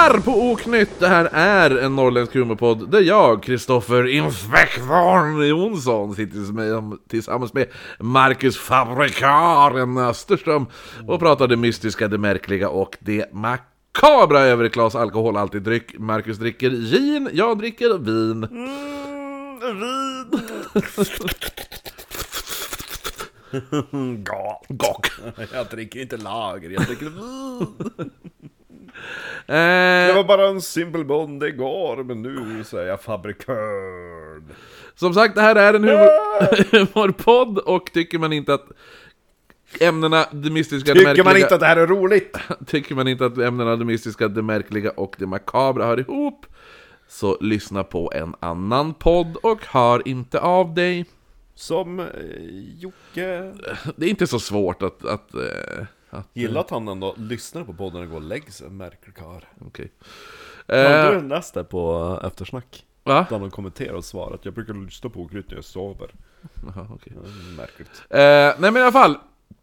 lyssnar på Oknytt. Det här är en norrländsk humorpodd där jag, Kristoffer Inspektorn Jonsson, sitter tillsammans med Marcus Fabrikaren Österström och pratar det mystiska, det märkliga och det makabra över ett glas alkohol, alltid dryck. Marcus dricker gin, jag dricker vin. Vin. Gak. Jag dricker inte lager, jag dricker vin. Det var bara en simpel bond igår, men nu säger jag fabrikörd. Som sagt, det här är en humorpodd och tycker man inte att ämnena, det mystiska, det märkliga... Tycker man inte att det här är roligt? Tycker man inte att ämnena, det mystiska, det märkliga och det makabra hör ihop, så lyssna på en annan podd och hör inte av dig. Som Jocke... Det är inte så svårt att Gillar att han ändå lyssnar på podden och går och lägger sig, märklig karl. Okej. Har du läst det på eftersnack? Va? Där de kommenterar och svarar att jag brukar lyssna på Oknytt när jag sover. Aha, okay. Märkligt. Nej men i alla fall,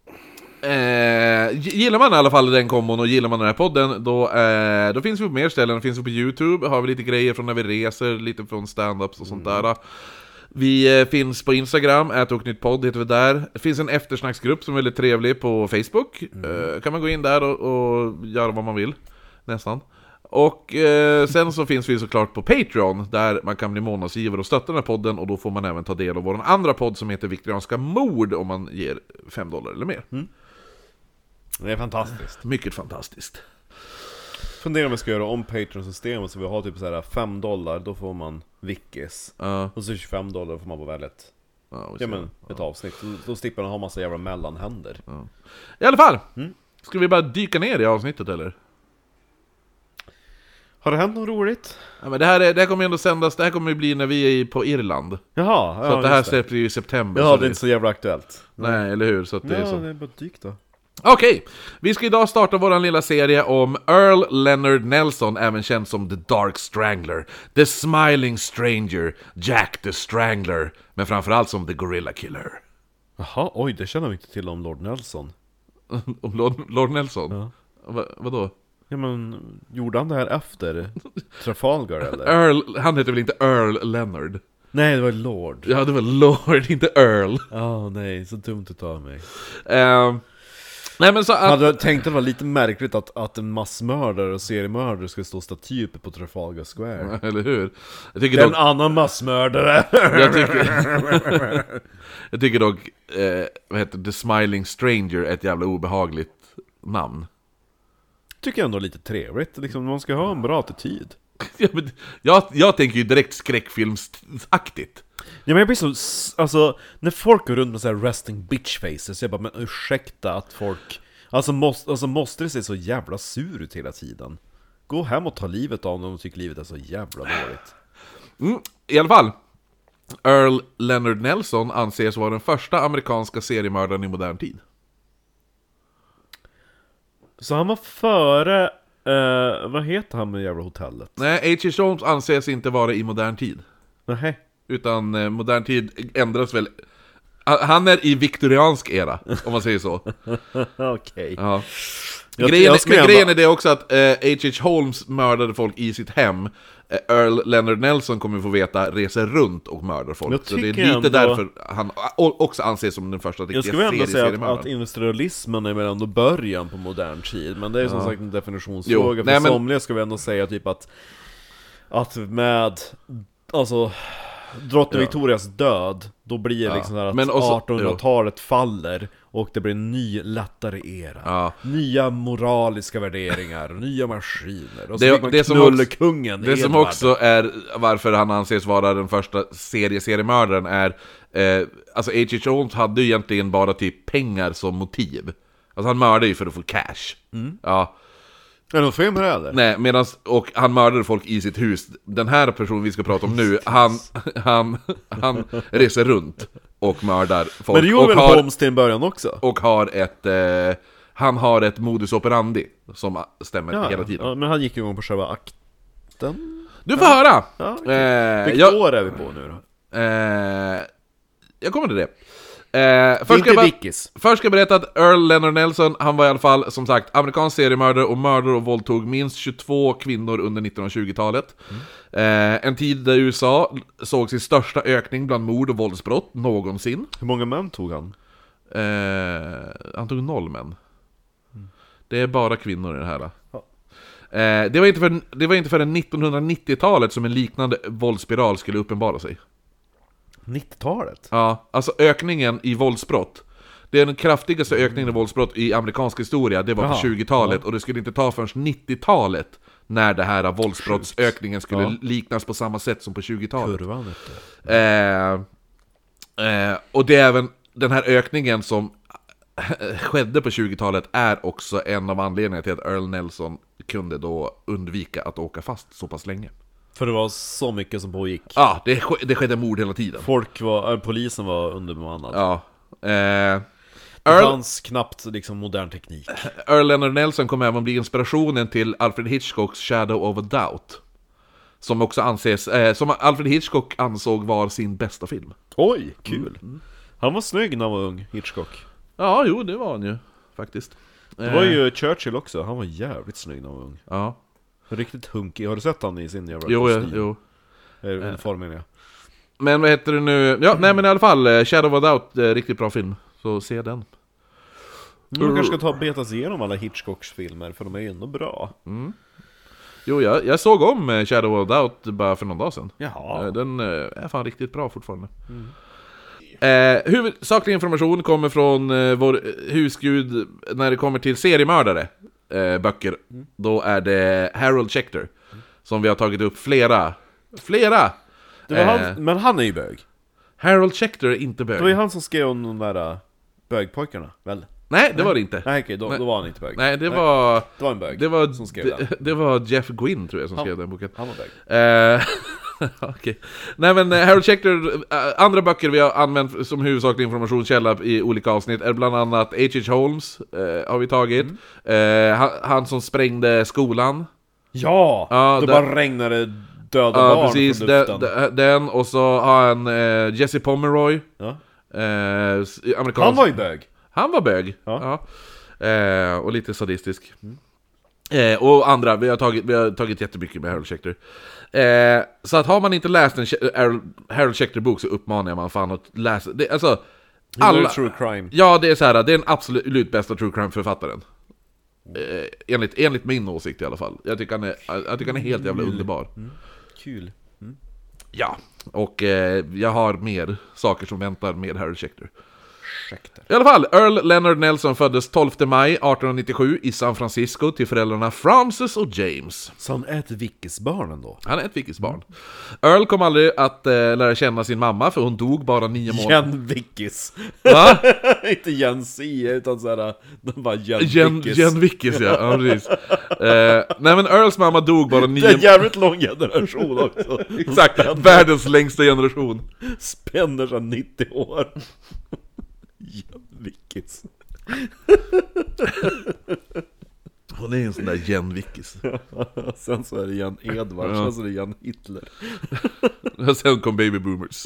gillar man i alla fall den kombon och gillar man den här podden, då finns vi på mer ställen. Det finns vi på YouTube, har vi lite grejer från när vi reser, lite från stand-ups och sånt där. Vi finns på Instagram, @oknyttpodd heter vi där. Det finns en eftersnacksgrupp som är väldigt trevlig på Facebook. Kan man gå in där och göra vad man vill, nästan. Och sen så finns vi såklart på Patreon, där man kan bli månadsgivare och stötta den här podden. Och då får man även ta del av vår andra podd som heter Viktorianska mord, om man ger $5 eller mer. Det är fantastiskt. Mycket fantastiskt. Funderar om vi ska göra om Patreon-systemet så vi har typ så här $5, då får man Vickis. Och så $25 får man på väldigt. Ett avsnitt. Då slipper man ha massa jävla mellanhänder. I alla fall, ska vi bara dyka ner i avsnittet eller? Har det hänt något roligt? Ja, men det här kommer ju ändå sändas. Det här kommer ju bli när vi är på Irland. Jaha, så att det här släpps ju i september. Ja, det är inte så jävla aktuellt. Nej, eller hur? Så att det är så. Det är bara dykt då. Okej, vi ska idag starta våran lilla serie om Earl Leonard Nelson, även känd som The Dark Strangler, The Smiling Stranger, Jack the Strangler, men framförallt som The Gorilla Killer. Jaha, oj, det känner vi inte till om Lord Nelson. Om Lord Nelson? Ja. Vadå? Ja, men gjorde han det här efter Trafalgar eller? Han heter väl inte Earl Leonard? Nej, det var Lord. Ja, det var Lord, inte Earl. Nej, så dumt att ta mig. Nej, men så att... Jag tänkte det var lite märkligt att en massmördare och seriemördare skulle stå staty på Trafalgar Square. Eller hur? Jag tycker det är en annan massmördare. jag tycker dock vad heter The Smiling Stranger, ett jävla obehagligt namn. Tycker jag ändå lite trevligt. Liksom, man ska ha en bra attityd. jag tänker ju direkt skräckfilmsaktigt. Ja, men jag blir så... Alltså, när folk går runt med så här resting bitch faces, så jag bara, men ursäkta att folk... Alltså måste det se så jävla sur ut hela tiden? Gå hem och ta livet av dem och tycker livet är så jävla dåligt. I alla fall, Earl Leonard Nelson anses vara den första amerikanska seriemördaren i modern tid. Så han var före... vad heter han med jävla hotellet? Nej, H.H. Holmes anses inte vara i modern tid. Nej. Utan modern tid ändras väl. Han är i viktoriansk era, om man säger så. Okej. Ja. Grejen är det också att H.H. Holmes mördade folk i sitt hem. Earl Leonard Nelson kommer få veta reser runt och mördar folk. Så det är lite därför han också anses som den första riktiga seriemördaren. Jag skulle ändå säga att industrialismen är väl ändå början på modern tid. Men det är som sagt en definitionsfråga. För somliga ska vi ändå säga typ att med... Alltså... Drottning Victorias död, då blir det liksom så här att 1800-talet faller och det blir en ny, lättare era. Nya moraliska värderingar, nya maskiner. Och så det som också är varför han anses vara den första seriemördaren är alltså H.H. Holmes hade ju egentligen bara typ pengar som motiv. Alltså han mördade ju för att få cash. Ja. Är det något fel med det eller? Nej, och han mördade folk i sitt hus. Den här personen vi ska prata om nu, han reser runt och mördar folk. Men det gjorde väl Holmes till en början också? Och han har ett modus operandi som stämmer hela tiden. Ja, men han gick ju igång på själva akten. Du får höra! Vilket år är vi på nu då? Jag kommer till det. Först ska jag berätta att Earl Leonard Nelson, han var i alla fall, som sagt, amerikansk seriemördare och mördare och våldtog minst 22 kvinnor under 1920-talet. En tid där USA såg sin största ökning bland mord och våldsbrott någonsin. Hur många män tog han? Han tog 0 män. Det är bara kvinnor i det här. Det var inte förrän 1990-talet som en liknande våldsspiral skulle uppenbara sig. 90-talet? Ja, alltså ökningen i våldsbrott. Det är den kraftigaste ökningen i våldsbrott i amerikansk historia. Det var på 20-talet och det skulle inte ta förrän 90-talet när det här våldsbrottsökningen skulle liknas på samma sätt som på 20-talet. Kurvan och det är även den här ökningen som skedde på 20-talet är också en av anledningarna till att Earl Nelson kunde då undvika att åka fast så pass länge. För det var så mycket som pågick. Ja, det skedde mord hela tiden. Polisen var underbemannad. Ja. Det fanns knappt liksom modern teknik. Earl Leonard Nelson kom även bli inspirationen till Alfred Hitchcocks Shadow of a Doubt. Som också anses, som Alfred Hitchcock ansåg var sin bästa film. Oj, kul. Han var snygg när han var ung, Hitchcock. Ja, jo, det var han ju, faktiskt. Det var ju Churchill också, han var jävligt snygg när han var ung. Ja. Riktigt hunkig, har du sett han i sin jävla Jo. Uniformen, ja. Men vad heter det nu? Ja, nej men i alla fall, Shadow of a Doubt, riktigt bra film. Så se den. Man kanske ska ta och betas igenom alla Hitchcocks filmer, för de är ju ändå bra. Jo, jag såg om Shadow of a Doubt bara för någon dag sedan. Jaha. Den är fan riktigt bra fortfarande. Huvudsaklig information kommer från vår husgud när det kommer till seriemördare böcker. Då är det Harold Schechter som vi har tagit upp flera. Det var han, men han är ju bög. Harold Schechter är inte bög. Det var ju han som skrev om de där bögpojkarna, väl? Nej, det var det inte. Nej, okej, då var han inte bög. Nej, det var en bög som skrev den. Det var Jeff Gwynne, tror jag, som skrev den boken. Han var bög. Okay. Nej, men Harold Schechter, andra böcker vi har använt som huvudsaklig informationskälla i olika avsnitt är bland annat H.H. Holmes har vi tagit. Han som sprängde skolan. Ja, det bara regnade döda barn precis, från luften. Den, och så har han Jesse Pomeroy. Han var ju bög. Han var bög. Och lite sadistisk. Och andra, vi har tagit jättemycket med Harold Schechter. Så att har man inte läst en Harold Schechter-bok så uppmanar man fan att läsa det, alltså alla true crime. Ja, det är så här, det är den absolut bästa true crime-författaren. Enligt min åsikt i alla fall. Jag tycker han är helt jävla underbar. Kul. Ja, och jag har mer saker som väntar med Harold Schechter. I alla fall, Earl Leonard Nelson föddes 12 maj 1897 i San Francisco till föräldrarna Francis och James. Så han är ett vickesbarn ändå? Han är ett vickesbarn. Earl kom aldrig att lära känna sin mamma, för hon dog bara 9 månader. Jen Vickis. Va? Inte Jen C, utan såhär, den var Jen Vickis, ja precis. Nej, men Earls mamma dog bara 9 Det är en jävligt lång generation också. Exakt, världens längsta generation. Spänner sig 90 år. Jen Vickis. Hon är en sån där Jen Vickis. Sen så är det Jan Edvard, sen så är det Jan Hitler. Sen kom Baby Boomers.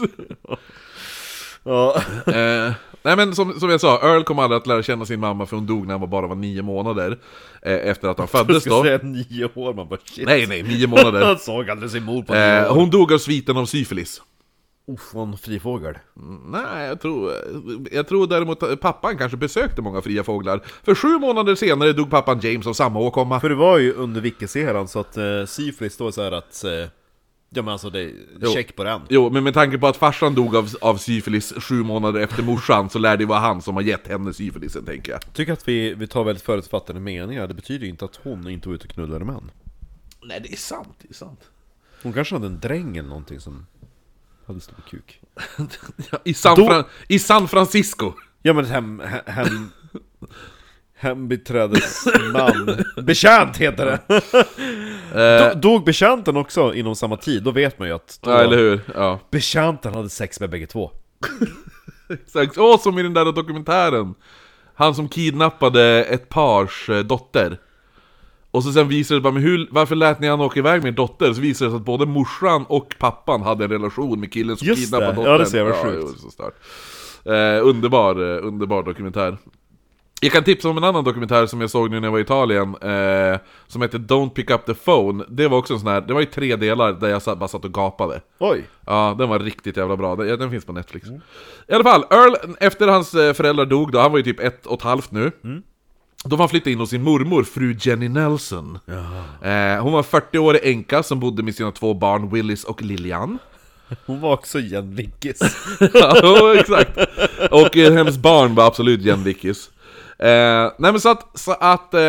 Nej, men som jag sa, Earl kom aldrig att lära känna sin mamma, för hon dog när han bara var 9 månader efter att han föddes då. Du ska säga 9 år, man bara shit. Nej, 9 månader. Han såg aldrig sin mor på 9 år. Hon dog av sviten av syfilis. En fri fågel. Nej, jag tror däremot pappan kanske besökte många fria fåglar. För 7 månader senare dog pappan James av samma åkomma. För det var ju under Vickis-eran, så att syfilis står så här att ja, men alltså det är check på den. Jo, men med tanke på att farsan dog av syfilis 7 månader efter morsan, så lär det vara han som har gett henne syfilisen, tänker jag. Tycker att vi tar väldigt förutfattade meningar. Det betyder ju inte att hon inte var ute och knullade män. Nej, det är sant. Hon kanske hade en dräng eller någonting som hade stor kuk. I San Francisco. Ja, men hembiträdesman. Betjänt heter det. Dog betjänten också inom samma tid? Då vet man ju att eller hur? Ja. Betjänten hade sex med bägge två. Exakt, som i den där dokumentären. Han som kidnappade ett pars dotter. Och så sen visade det bara, men varför lät ni han åka iväg med dotter? Så visade det sig att både morsan och pappan hade en relation med killen som kidnappade dottern. Ja, det ser jag, sjukt. Så start. Underbar dokumentär. Jag kan tipsa om en annan dokumentär som jag såg nu när jag var i Italien, som heter Don't Pick Up The Phone. Det var också en sån här, det var i 3 delar där jag bara satt och gapade. Oj! Ja, den var riktigt jävla bra. Den finns på Netflix. I alla fall, Earl, efter hans föräldrar dog då, han var ju typ 1,5 nu. Då var han flyttade in hos sin mormor, fru Jenny Nelson. Hon var 40-årig änka som bodde med sina 2 barn, Willis och Lillian. Hon var också jämlikis. Ja, exakt. Och hennes barn var absolut jämlikis. Nej men så att det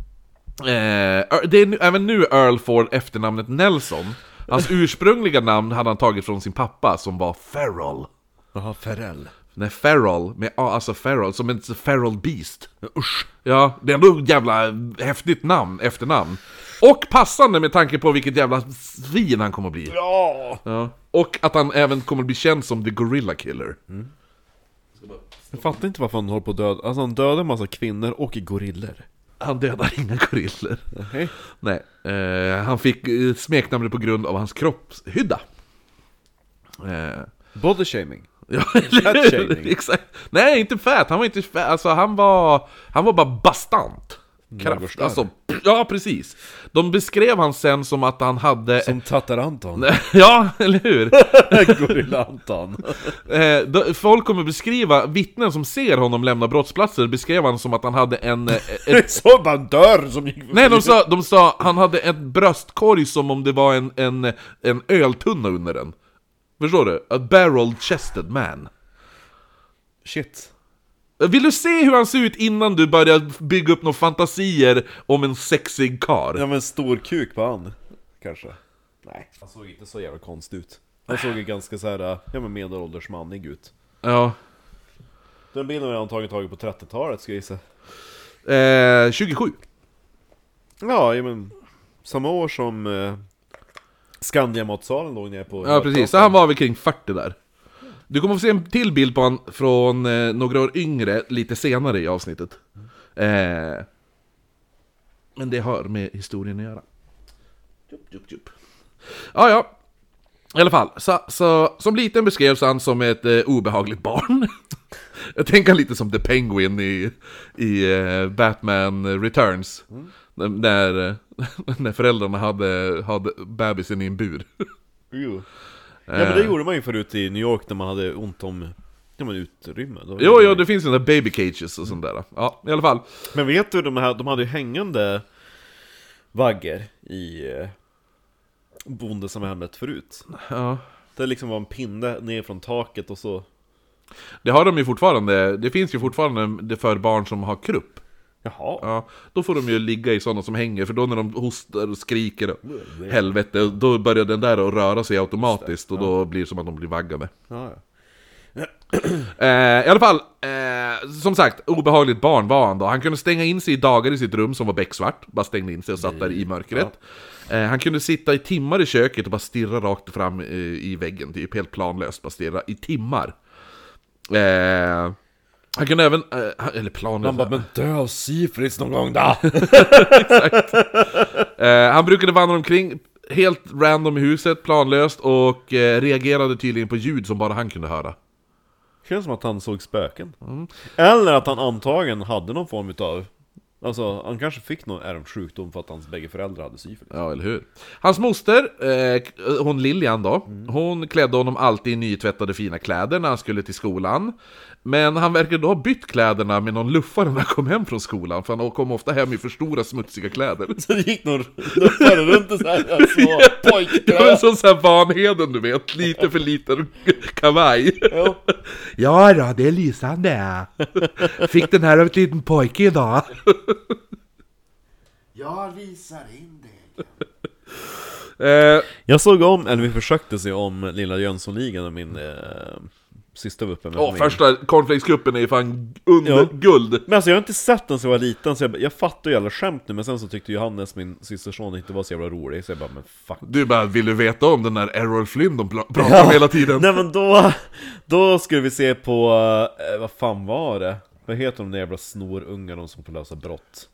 är även nu Earl får efternamnet Nelson. Hans ursprungliga namn hade han tagit från sin pappa som var Ferrell. Jaha, Ferrell. Nej, Ferrell, alltså Ferrell, som en Feral Beast. Usch. Ja, det är ändå ett jävla häftigt efternamn. Och passande med tanke på vilket jävla svin han kommer att bli. Ja. Och att han även kommer att bli känd som The Gorilla Killer. Jag fattar inte varför han håller på att döda. Alltså han dödar en massa kvinnor och gorillor. Han dödar inga gorillor. Nej, han fick smeknamnet på grund av hans kroppshydda. Body shaming. Ja, exakt. Nej, inte fat. Han var inte fat. Alltså han var bara bastant. Kraft. Alltså, ja, precis. De beskrev han sen som att han hade... Som Tatar-Anton. Ja, eller hur? Gorilla-Anton. Folk kommer beskriva, vittnen som ser honom lämna brottsplatser beskrev han som att han hade en... Så bara en dörr som gick... Nej, de sa han hade en bröstkorg som om det var en öltunna under den. Förstår du? A barrel-chested man. Shit. Vill du se hur han ser ut innan du börjar bygga upp några fantasier om en sexig kar? Ja, men stor kuk på han, kanske. Nej, han såg inte så jävla konstigt ut. Han såg ju ganska så här, ja men medelålders mannig ut. Ja. Den bilden har jag antagligen tagit på 30-talet, ska jag gissa. 27. Ja, men samma år som Skandia-matsalen låg ner på. Ja, precis. Så han var väl kring 40 där. Du kommer få se en till bild på han från några år yngre lite senare i avsnittet. Men det har med historien att göra. Ja. I alla fall, så som liten beskrevs han som ett obehagligt barn. Jag tänker lite som The Penguin i Batman Returns. När föräldrarna hade bebisen i en bur. Jo. Ja, men det gjorde man ju förut i New York när man hade ont om utrymme. Jo, det finns ju där baby cages och sånt där. Ja, i alla fall. Men vet du, de hade ju hängande vagger i bondesamhället förut. Ja. Det liksom var en pinne ner från taket och så. Det har de ju fortfarande. Det finns ju fortfarande det för barn som har krupp. Jaha. Ja, då får de ju ligga i sådana som hänger. För då när de hostar och skriker helvete, då börjar den där att röra sig automatiskt. Och då blir det som att de blir vaggade. Ja. I alla fall, som sagt, obehagligt barn var han då. Han kunde stänga in sig i dagar i sitt rum som var becksvart. Bara stängde in sig och satt där i mörkret. Han kunde sitta i timmar i köket och bara stirra rakt fram i väggen. Typ helt planlöst, bara stirra i timmar. Han kunde även, eller planlöst. Han bara, men dö av syfilis någon gång då. Exakt. Han brukade vandra omkring helt random i huset, planlöst. Och reagerade tydligen på ljud som bara han kunde höra. Känns som att han såg spöken. Eller att han antagligen hade någon form utav... Alltså, han kanske fick någon ärvsjukdom för att hans bägge föräldrar hade syfilis. Ja, eller hur? Hans moster, hon Lilian då, hon klädde honom alltid i nytvättade fina kläder när han skulle till skolan. Men han verkade då ha bytt kläderna med någon luffare när han kom hem från skolan. För han kom ofta hem i för stora smutsiga kläder. Så det gick någon luffare runt och så här små pojkar. Det var en sån här Vanheden, du vet. Lite för liten kavaj. Ja då, det är lysande. Fick den här av ett liten pojke idag. Jag visar in det. Jag såg om, eller vi försökte se om Lilla Jönssonligan och min sista var uppe med första cornflakeskuppen är ju fan guld. Men alltså jag har inte sett den så jag var liten, så jag fattar ju alla skämt nu. Men sen så tyckte Johannes, min systerson, inte var så jävla rolig. Så jag bara, men fuck. Du bara, vill du veta om den där Errol Flynn de pratar om hela tiden? Nej men då skulle vi se på, vad fan var det? Vad heter de där jävla snorungar, de som får lösa brott?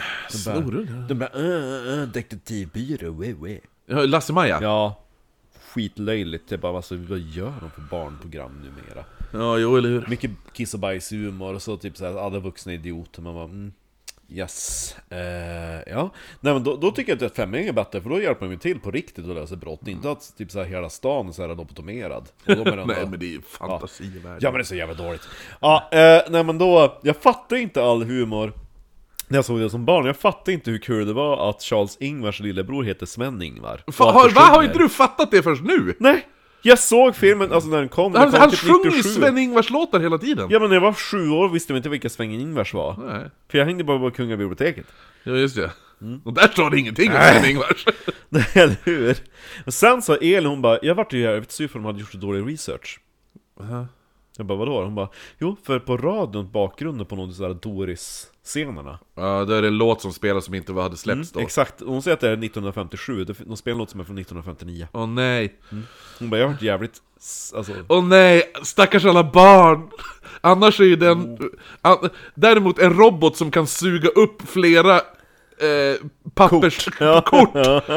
Snorungar? De bara, detektivbyrå, Lasse-Maja? Ja. skitlöjligt. Det bara, alltså, vad gör de för barnprogram numera? Ja, jo, eller hur? Mycket kiss och bajshumor och så typ såhär, alla vuxna idioter. Man bara, yes. Ja. Nej, men då tycker jag att femåringar är bättre, för då hjälper de ju till på riktigt att lösa brott. Inte att typ såhär hela stan är såhär lobotomerad. Nej, men det är ju fantasivärld. Ja, men det är så jävla dåligt. Ja, nej men då, jag fattar inte all humor när jag såg det som barn. Jag fattar inte hur kul det var att Charles Ingvars lillebror heter Sven-Ingvar. Har inte du fattat det först nu? Nej, jag såg filmen, alltså när den kom. Han typ sjunger Sven-Ingvars låtar hela tiden. Ja, men när jag var 7 år visste jag inte vilka Sven-Ingvars var. Nej. För jag hängde bara på Kungabiblioteket. Ja, just det. Och där står det ingenting om Sven-Ingvars. Nej, eller hur? Och sen sa Elin, hon bara, jag vart ju jävligt sur för de hade gjort så dålig research. Jag bara, vadå? Hon bara, jo, för på radion bakgrunden på någon sådär Doris-scenerna. Ja, det är en låt som spelas som inte hade släppts då. Exakt, hon säger att det är 1957. De spelar en låt som är från 1959. Åh nej. Hon bara, jag har varit jävligt, alltså... Åh nej, stackars alla barn. Annars är ju den däremot en robot som kan suga upp flera papperskort.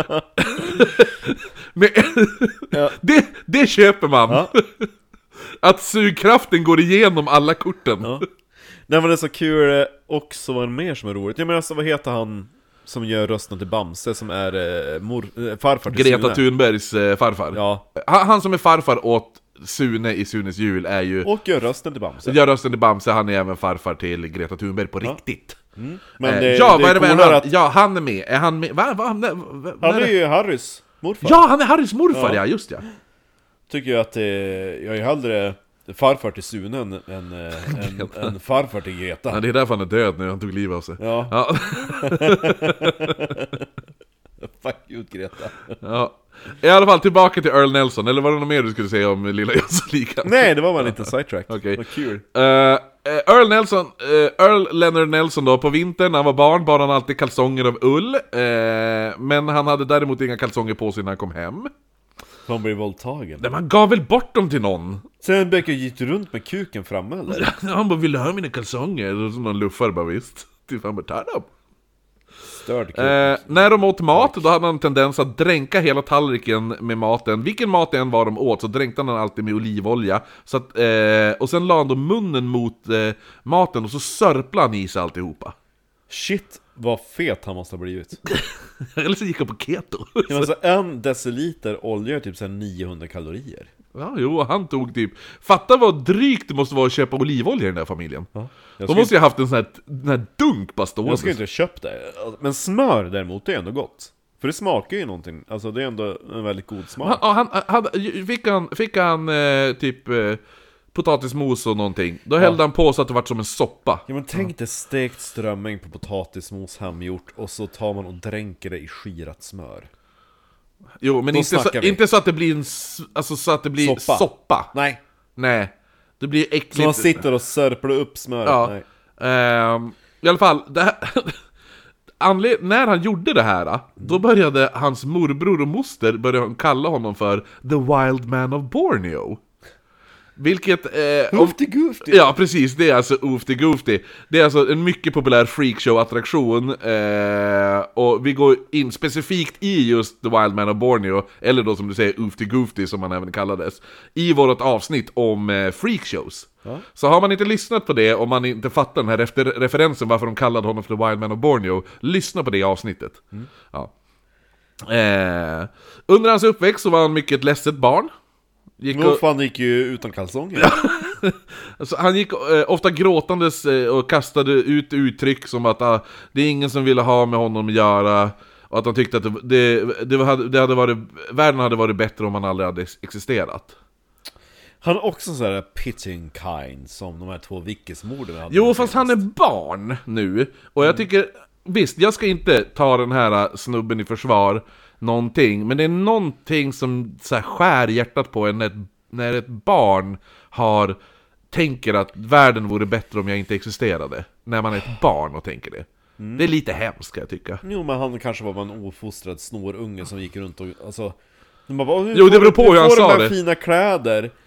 Det köper man. Ja. Att sugkraften går igenom alla korten. Ja. Nej, men det är så kul. Också var det mer som är roligt. Jag menar, alltså, vad heter han som gör rösten till Bamse, som är farfar till Greta Sune? Thunbergs farfar. Ja. Han som är farfar åt Sune i Sunes jul är ju... Och gör rösten till Bamse. Gör rösten till Bamse, han är även farfar till Greta Thunberg på riktigt. Men han är med. Är han med? Han är ju Harrys morfar. Ja, han är Harrys morfar, ja just det. Tycker jag att jag är hellre farfar till Sune än farfar till Greta. Ja, det är därför han är död när han tog livet av sig. Ja. Fuck you, Greta. Ja. I alla fall tillbaka till Earl Nelson. Eller var det något mer du skulle säga om Lilla Jönssonligan? Nej, det var bara en liten sidetrack. Okej. Vad kul. Earl Leonard Nelson då, på vintern när han var barn bar han alltid kalsonger av ull. Men han hade däremot inga kalsonger på sig när han kom hem. Han blev våldtagen. Nej, man gav väl bort dem till någon. Sen Becker gick runt med kuken framme, eller? Ja, han bara, vill du ha mina kalsonger? Och så någon luffar bara, visst. Typ han bara, ta dem. När de åt mat, då hade han en tendens att dränka hela tallriken med maten. Vilken mat det än var de åt, så dränkte han alltid med olivolja. Så att, och sen la han då munnen mot maten och så sörplade han i sig alltihopa. Shit, vad fet han måste ha blivit. Eller så gick han på keto. Ja, alltså 1 deciliter olja är typ så här 900 kalorier. Ja, jo, han tog typ... Fatta vad drygt det måste vara att köpa olivolja i den där familjen. Ja, de måste ju ha haft en sån här dunk bara stående. Jag skulle inte ha köpt det. Men smör däremot, det är ändå gott. För det smakar ju någonting. Alltså det är ändå en väldigt god smak. Fick han typ potatismos och någonting. Då hällde han på så att det var som en soppa. Ja, men tänk dig stekt strömming på potatismos hemgjort. Och så tar man och dränker det i skirat smör. Jo, men inte så att det blir så att det blir soppa. Nej. Det blir äckligt. Så man sitter och sörplar upp smöret. Ja. Nej. I alla fall det här, när han gjorde det här, då började hans morbror och moster kalla honom för The Wild Man of Borneo. Vilket... Oofty-goofty. Ja, precis. Det är alltså Oofty-goofty. Det är alltså en mycket populär freakshow-attraktion. Och vi går in specifikt i just The Wild Man of Borneo, eller då som du säger Oofty-goofty som han även kallades, i vårt avsnitt om freakshows. Så har man inte lyssnat på det, om man inte fattar den här referensen varför de kallade honom för The Wild Man of Borneo, lyssna på det avsnittet. Ja. Under hans uppväxt så var han mycket ett ledset barn. Han gick ju utan kalsonger. Alltså, han gick ofta gråtandes och kastade ut uttryck som att det är ingen som ville ha med honom att göra. Och att han tyckte att världen hade varit bättre om han aldrig hade existerat. Han är också så här pitching kind som de här 2 vickesmorden hade. Jo, fast han är barn nu. Och jag tycker, visst, jag ska inte ta den här snubben i försvar någonting, men det är någonting som så här skär hjärtat på en när ett barn tänker att världen vore bättre om jag inte existerade. När man är ett barn och tänker det. Det är lite hemskt, kan jag tycka. Jo, men han kanske var en ofostrad snorunge som gick runt och... Alltså, det beror på hur han sa det. Fina kläder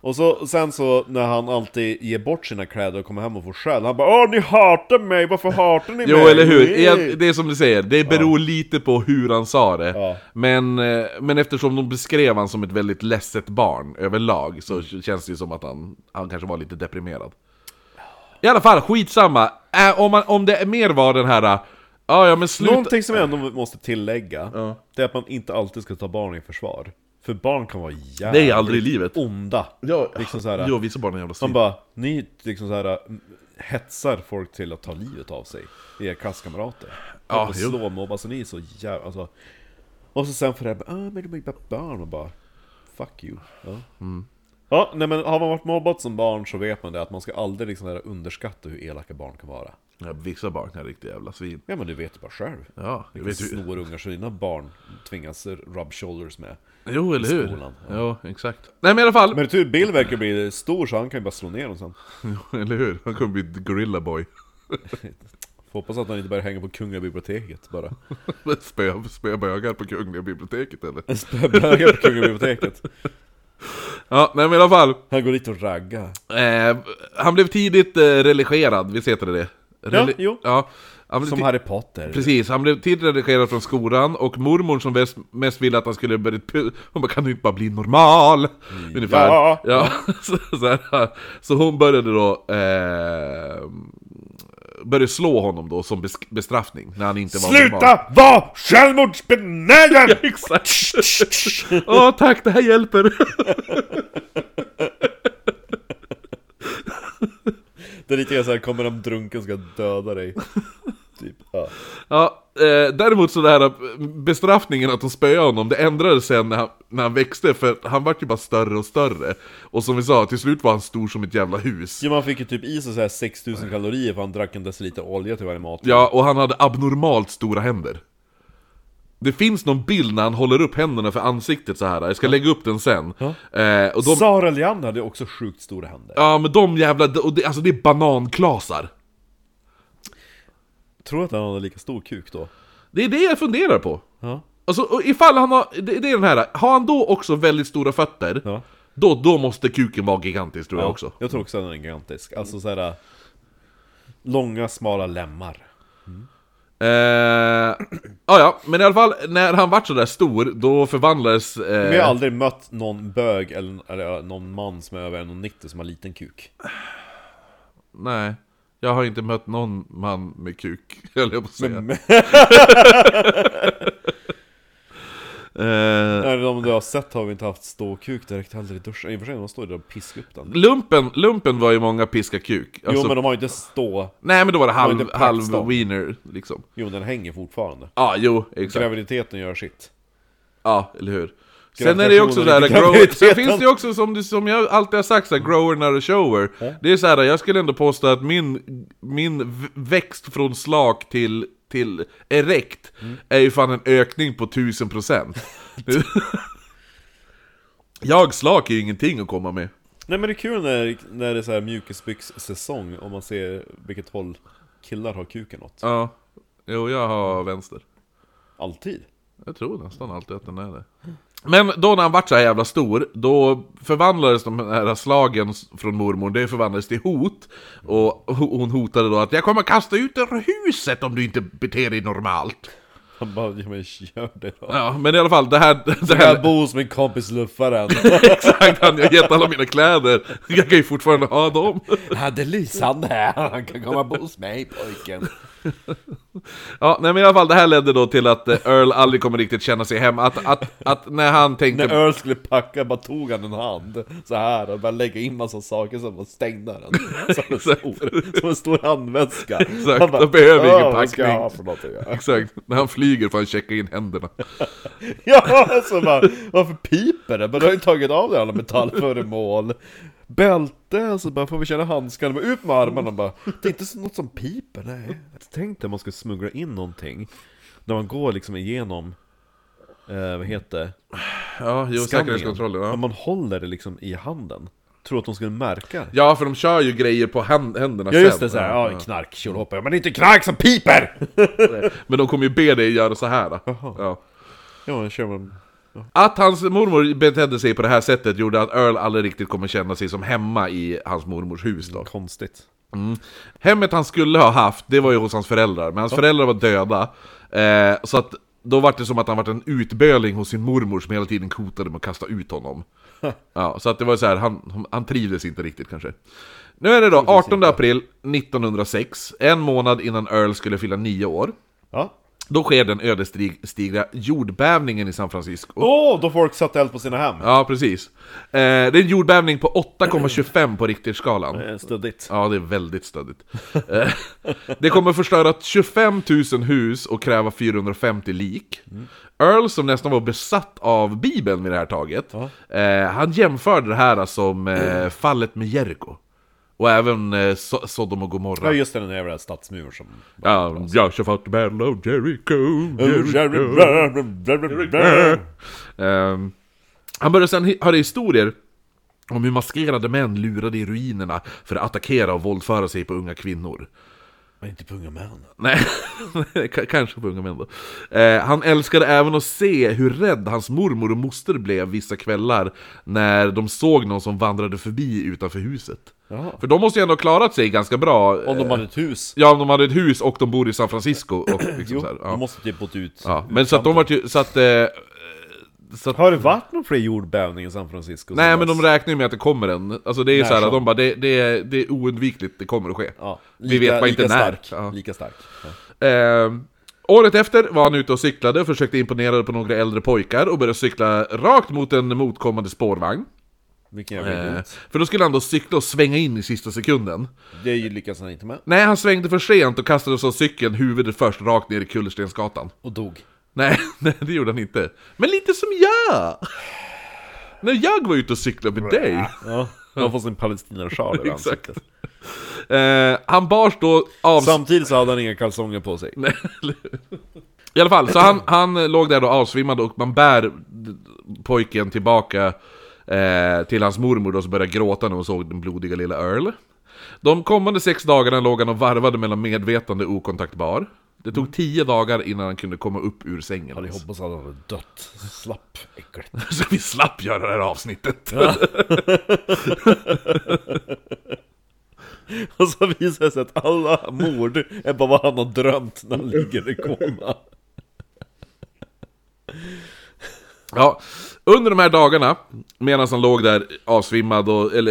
Och sen så när han alltid ger bort sina kläder och kommer hem och får skäll, han bara ni hatar mig, varför hatar ni mig? Jo, eller hur? Det är som du säger, det beror lite på hur han sa det. Ja. Men eftersom de beskrev han som ett väldigt ledset barn överlag, så känns det ju som att han kanske var lite deprimerad. I alla fall, skitsamma. Om det mer var den här... Ja, men sluta. Någonting som jag ändå måste tillägga, det är att man inte alltid ska ta barn i försvar. För barn kan vara jävligt det är aldrig i livet. onda. Ja, liksom så här, vissa barn är jävla svin. man bara, ni liksom så här, hetsar folk till att ta livet av sig. Era klasskamrater. Ja, och slå mobba, så ni är så jävla... Alltså. Och så sen för det här, men de är bara barn, och bara, fuck you. Ja. Ja, nej, men har man varit mobbat som barn så vet man det, att man ska aldrig liksom där underskatta hur elaka barn kan vara. Ja, vissa barn är riktigt jävla svin. Ja, men du vet ju bara själv. Ja, du vet snor ungar så dina barn tvingas rub shoulders med. Jo, eller hur? Skolan. Ja, exakt. Nej, men i alla fall. Men tur, Bill verkar bli stor så han kan ju bara slå ner dem sen. Jo, eller hur? Han kommer bli gorilla boy. Hoppas att han inte bara hänger på Kungliga biblioteket bara. Spöa bögar på Kungliga biblioteket, eller? Spöa bögar på Kungliga biblioteket. Ja, nej, men i alla fall. Han går dit och raggar. Han blev tidigt religerad, visst heter det? Jo. Ja, som Harry Potter. Precis, han blev tidigt religerad från skolan. Och mormor som mest ville att han skulle börja... Hon bara, kan du inte bara bli normal? Ungefär. Ja. Så hon började då... började slå honom då som bestraffning när han inte var normal. Sluta vara självmordsbenägen! Ja, exakt. Tack, det här hjälper. Det är lite så här, kommer de drunken ska döda dig. Typ. Däremot så det här bestraffningen att de spöade honom, det ändrades sen när han växte, för han var ju bara större och större. Och som vi sa, till slut var han stor som ett jävla hus. Ja, man fick ju typ i sig så här 6000 kalorier för han drack en deciliter olja till varje mat. Ja, och han hade abnormalt stora händer. Det finns någon bild när han håller upp händerna för ansiktet så här. Jag ska lägga upp den sen. Och Sara Leander hade också sjukt stora händer. Ja, men de jävla... Alltså det är bananklasar. Tror du att han hade lika stor kuk då? Det är det jag funderar på. Ja. Alltså, ifall han har... Det är den här. Har han då också väldigt stora fötter? Ja. Då måste kuken vara gigantisk, tror jag också. Jag tror också att den är gigantisk. Alltså så här... långa, smala lemmar. Ja, men i alla fall, när han var så där stor, då förvandlades... Men jag har aldrig mött någon bög eller någon man som är över 1,90 som har liten kuk. Nej, jag har inte mött någon man med kuk, höll jag på att säga. Om du har sett har vi inte haft ståkuk direkt heller i duschen. I och för sig, de står där och piskar upp den. Lumpen var ju många piska kuk. Alltså, jo, men de har ju inte stå. Nej, men då var det halv wiener liksom. Jo, den hänger fortfarande. Ja, jo, exakt. Graviditeten gör sitt. Ja, eller hur. Sen är det ju också sådär, sen finns det ju också som jag alltid har sagt, såhär, grower not a shower. Det är såhär, jag skulle ändå påstå att min växt från slak till erekt är ju fan en ökning på 1000%. Jag slak är ju ingenting att komma med. Nej, men det är kul när det är så här mjukisbyx-säsong, om man ser vilket håll killar har kuken åt. Ja, jo, jag har vänster. Alltid? Jag tror nästan alltid att den är det. Men då när han vart så här jävla stor, då förvandlades de här slagen från mormor, det förvandlades till hot. Och hon hotade då att jag kommer kasta ut ur huset om du inte beter dig normalt. Han bara, ja, men gör det då. Ja, men i alla fall, det här jag bor hos min kompis luffaren. Exakt, han har gett alla mina kläder. Jag kan ju fortfarande ha dem. Ja, det är lysande här. Han kan komma bo hos mig, pojken. Ja, nej, men i alla fall, det här ledde då till att Earl aldrig kommer riktigt känna sig hem. Att när han tänkte... När Earl skulle packa, bara tog han en hand så här och bara lägga in massa saker som var stängda den. Som en stor handväska. Exakt, bara, då behöver ingen packning. Ja. Exakt, när han flyger får han checka in händerna. Ja, alltså bara, varför piper det? Men du har ju tagit av det alla metallföremål. Bälte, alltså bara får vi känna handskarna, bara ut med armarna bara. Det är inte något som piper, nej. Tänk dig man ska smuggla in någonting när man går liksom igenom vad heter det? Ja, jo, säkerhetskontrollen, ja. När man håller det liksom i handen. Tror att de skulle märka. Ja, för de kör ju grejer på händerna sen. Ja, just det, så här, ja, knark, kjolhoppar. Men det är inte knark som piper! Men de kommer ju be dig göra så här. Ja. Ja, kör man Att hans mormor betedde sig på det här sättet gjorde att Earl aldrig riktigt kommer känna sig som hemma i hans mormors hus då. Konstigt. Hemmet han skulle ha haft, det var ju hos hans föräldrar. Men hans föräldrar var döda. Så att då var det som att han var en utböling hos sin mormor som hela tiden kotade med att kasta ut honom. Ja, så att det var så här, han trivdes inte riktigt kanske. Nu är det då 18 april 1906, en månad innan Earl skulle fylla 9 år. Ja. Då sker den ödesdigra jordbävningen i San Francisco. Då folk satte eld på sina hem. Ja, precis. Det är en jordbävning på 8,25 på Richterskalan. Det är stödigt. Ja, det är väldigt stödigt. Det kommer förstöra 25 000 hus och kräva 450 lik. Earl, som nästan var besatt av Bibeln vid det här taget, han jämförde det här som fallet med Jericho. Och även Sodom och Gomorra. Ja, just det, den jävla stadsmur som... Ja, jag fought the battle of Jericho. Han började sen höra historier om hur maskerade män lurade i ruinerna för att attackera och våldföra sig på unga kvinnor. Men inte på unga män. Nej, kanske på unga män då. Han älskade även att se hur rädd hans mormor och moster blev vissa kvällar när de såg någon som vandrade förbi utanför huset. Jaha. För de måste ju ändå ha klarat sig ganska bra. Om de hade ett hus. Ja, om de hade ett hus och de bor i San Francisco och liksom så här, de måste typ bort ut. Ja, men så att de var ju, så att har det varit någon fler jordbävning i San Francisco? Nej, men de räknar ju med att det kommer en. Alltså det är ju så här, de bara, det är oundvikligt, det kommer att ske. Ja, vi vet bara inte när. Ja. Lika stark. Ja. Året efter var han ute och cyklade och försökte imponera på några äldre pojkar och började cykla rakt mot en motkommande spårvagn. För då skulle han då cykla och svänga in i sista sekunden. Det lyckas han inte med. Nej, han svängde för sent och kastade så cykeln huvudet först rakt ner i Kullerstensgatan. Och dog. Nej, det gjorde han inte. Men lite som jag! När jag var ute och cyklade med dig. Ja, han får sin palestinarsjal i ansiktet. Han bars då av... Samtidigt så hade han inga kalsonger på sig. Nej. I alla fall, så han låg där då avsvimmad och man bär pojken tillbaka till hans mormor då, som började gråta när hon såg den blodiga lilla Earl. De kommande 6 dagarna låg han och varvade mellan medvetande och okontaktbar. Det tog 10 dagar innan han kunde komma upp ur sängen. Jag hoppas att han hade dött. Slapp, äckligt. Så vi slapp göra det här avsnittet. Ja. Och så visar det sig att alla mord är bara vad han har drömt när han ligger i koma. Ja, under de här dagarna, medan han låg där avsvimmad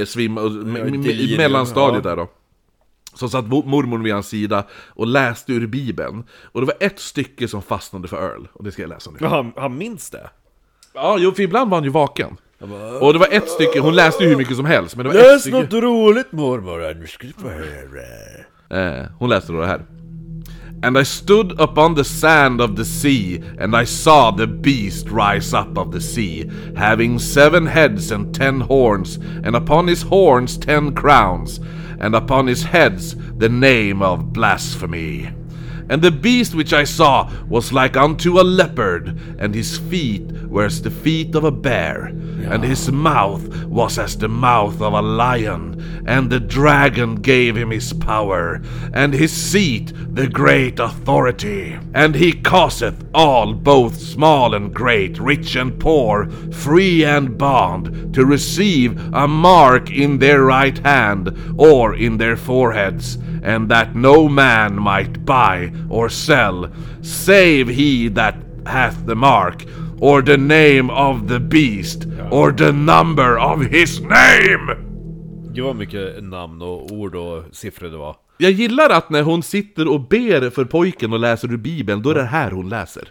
i mellanstadiet där då, så satt mormor vid hans sida och läste ur Bibeln. Och det var ett stycke som fastnade för Earl, och det ska jag läsa nu. Han minns det? Ja, jo, för ibland var han ju vaken. Och det var ett stycke, hon läste ju hur mycket som helst, men det var läs ett stycke... något roligt, mormor, nu ska du få höra. Hon läste då det här. And I stood upon the sand of the sea, and I saw the beast rise up of the sea, having 7 heads and 10 horns, and upon his horns 10 crowns, and upon his heads the name of blasphemy. And the beast which I saw was like unto a leopard, and his feet were as the feet of a bear, and his mouth was as the mouth of a lion, and the dragon gave him his power, and his seat the great authority. And he causeth all, both small and great, rich and poor, free and bond, to receive a mark in their right hand, or in their foreheads, and that no man might buy or sell, save he that hath the mark, or the name of the beast, or the number of his name. Det var mycket namn och ord och siffror det var. Jag gillar att när hon sitter och ber för pojken och läser ur Bibeln, då är det här hon läser.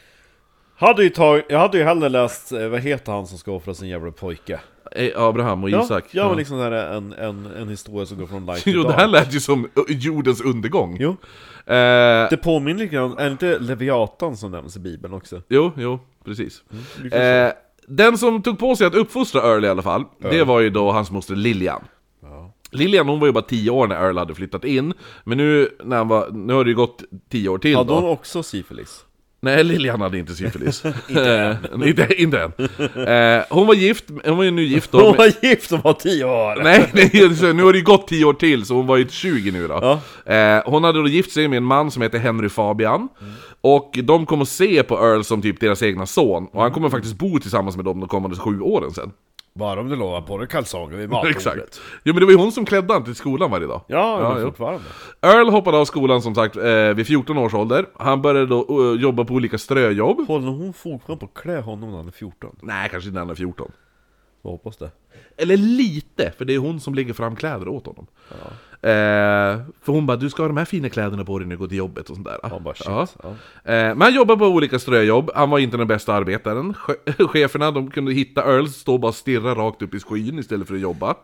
Jag hade ju hellre läst, vad heter han som ska offra sin jävla pojke? Abraham och Isak. Ja, men liksom en historia som går från light till dark. Det här lät ju som jordens undergång. Jo. Det påminner lite grann, är det inte Leviatan som nämns i Bibeln också? Jo, precis. Den som tog på sig att uppfostra Earl i alla fall, det var ju då hans moster Lillian. Lillian, hon var ju bara 10 år när Earl hade flyttat in. Men nu har det ju gått 10 år till. Hade hon också syfilis? Nej, Lilian hade inte syfilis. inte än. Hon var gift, hon var ju nu gift då. Hon var gift, hon var 10 år. Nej, nu har det gått 10 år till, så hon var ju 20 nu då. Ja. Hon hade då gift sig med en man som heter Henry Fabian. Och de kommer att se på Earl som typ deras egna son. Och han kommer faktiskt bo tillsammans med dem de kommande 7 åren sen. Bara om du lovar på det kalsonger vid matbordet. Exakt. Jo, men det var ju hon som klädde han till skolan varje dag. Ja, fortfarande. Earl hoppade av skolan som sagt vid 14 års ålder. Han började då jobba på olika ströjobb. Håller hon fortfarande på att klä honom när han är 14? Nej, kanske inte när han är 14. Jag hoppas det. Eller lite, för det är hon som lägger fram kläder åt honom. Ja. För hon bara, du ska ha de här fina kläderna på dig när du går till jobbet och sånt där. Han bara, shit. Ja. Men han jobbade på olika ströjobb. Han var inte den bästa arbetaren. Cheferna, de kunde hitta Earl, stå och bara stirra rakt upp i skyn istället för att jobba.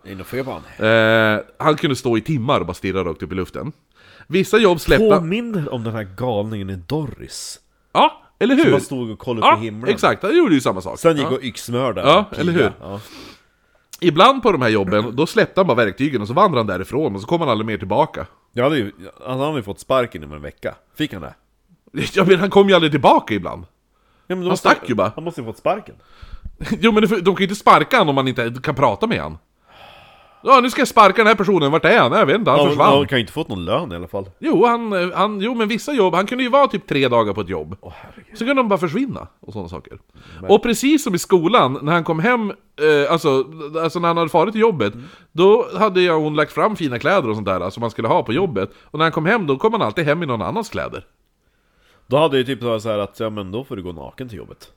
Han kunde stå i timmar och bara stirra rakt upp i luften. Vissa jobb släppte... Påminner om den här galningen i Doris. Ja, eller hur? Som man stod och kollade på himlen. Exakt, han gjorde ju samma sak. Sen gick och yxmörda. Ja, eller hur? Ja. Ibland på de här jobben, då släppte han bara verktygen och så vandrade han därifrån och så kom han aldrig mer tillbaka. Han hade ju fått sparken inom en vecka. Fick han det? Ja, men han kom ju aldrig tillbaka ibland. Ja, men han stack ju bara. Han måste ju fått sparken. Jo, men de kan ju inte sparka han om man inte kan prata med han. Ja, nu ska jag sparka den här personen, vart är han? Jag vet inte, han försvann. Han kan ju inte fått någon lön i alla fall. Jo, men vissa jobb, han kunde ju vara typ 3 dagar på ett jobb. Så kunde de bara försvinna och sådana saker. Och precis som i skolan, när han kom hem, alltså när han hade farit till jobbet, då hade hon lagt fram fina kläder och sånt där som man skulle ha på jobbet. Och när han kom hem, då kom han alltid hem i någon annans kläder. Då hade ju typ så här att, ja men då får du gå naken till jobbet.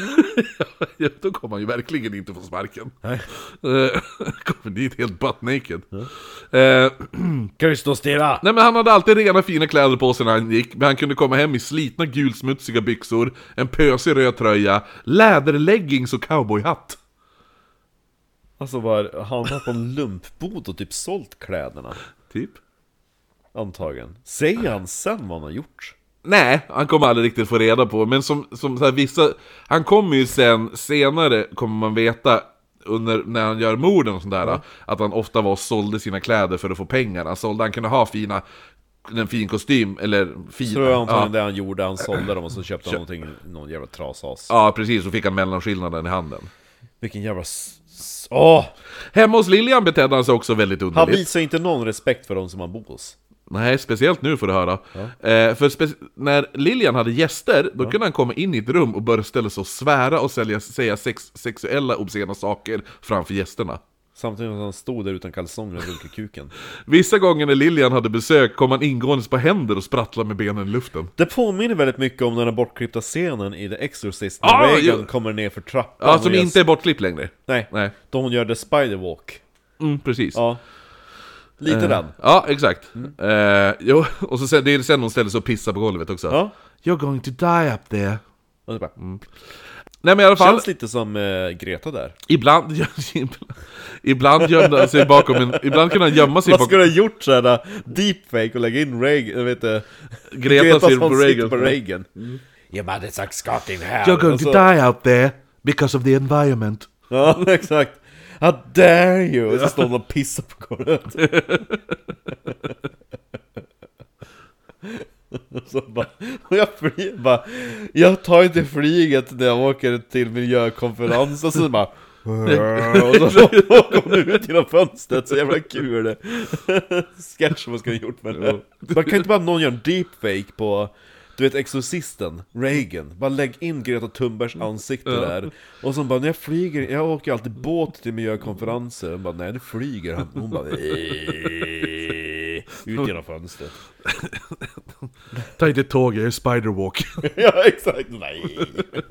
Ja, då kommer man ju verkligen inte få sparken. Nej. Kommer dit helt butt naked. Kan du stå stilla? Nej, men han hade alltid rena fina kläder på sig när han gick. Men han kunde komma hem i slitna gulsmutsiga byxor, en pösig röd tröja, läderleggings och cowboyhatt. Alltså var han var på en lumpbod och typ sålt kläderna. Typ. Antagligen. Säger han sen vad han har gjort? Nej, han kommer aldrig riktigt få reda på. Men som så här, vissa... Han kommer ju senare kommer man veta när han gör morden och sånt där, att han ofta var och sålde sina kläder för att få pengar. Han kunde ha en fin kostym eller fina. Så antagligen det han gjorde, han sålde dem och så köpte han någon jävla trasas. Ja, precis, så fick han mellanskillnaden i handen. Vilken jävla... Hemma hos Lilian betedde han sig också väldigt underligt. Han visar inte någon respekt för de som han bor hos. Nej, speciellt nu får du höra. För när Lilian hade gäster, då kunde han komma in i ett rum och börja ställa sig och svära och säga sexuella obscena saker framför gästerna. Samtidigt som han stod där utan kalsonger och runkade kuken. Vissa gånger när Lilian hade besök kom han ingående på händer och sprattlade med benen i luften. Det påminner väldigt mycket om den här bortklippta scenen i The Exorcist när Reagan kommer ner för trappan. Ja, som inte är bortklippt längre. Nej. Då hon gör The Spiderwalk. Precis. Ja. Lite den. Ja, exakt. Och så det är sen hon ställer sig och pissar på golvet också. You're going to die up there. Nej, men i alla fall... Känns lite som Greta där. Ibland gömde han sig bakom ibland kunde han gömma sig bakom... Vad skulle ha gjort sådär deepfake och lägga in Reagan, Greta sitter på Reagan. Your mother sucks cock in hell. You're going to die out there because of the environment. Ja, exakt. How dare you? Och så står de och pissar på golvet. Så jag tar inte flyget när jag åker till miljökonferens. Och så bara och så kommer du ut genom fönstret. Så jävla kul det. Sketch som man ska ha gjort med det. Man kan inte bara någon göra en deepfake på, du vet, Exorcisten, Reagan. Bara lägg in Greta Thunbergs ansikte där. Och så bara, när jag flyger, jag åker alltid båt till miljökonferenser. Hon bara, nej, nu flyger han. Hon bara, ut genom fönstret. Ta inte tåg, jag är spiderwalk. Ja, exakt, nej.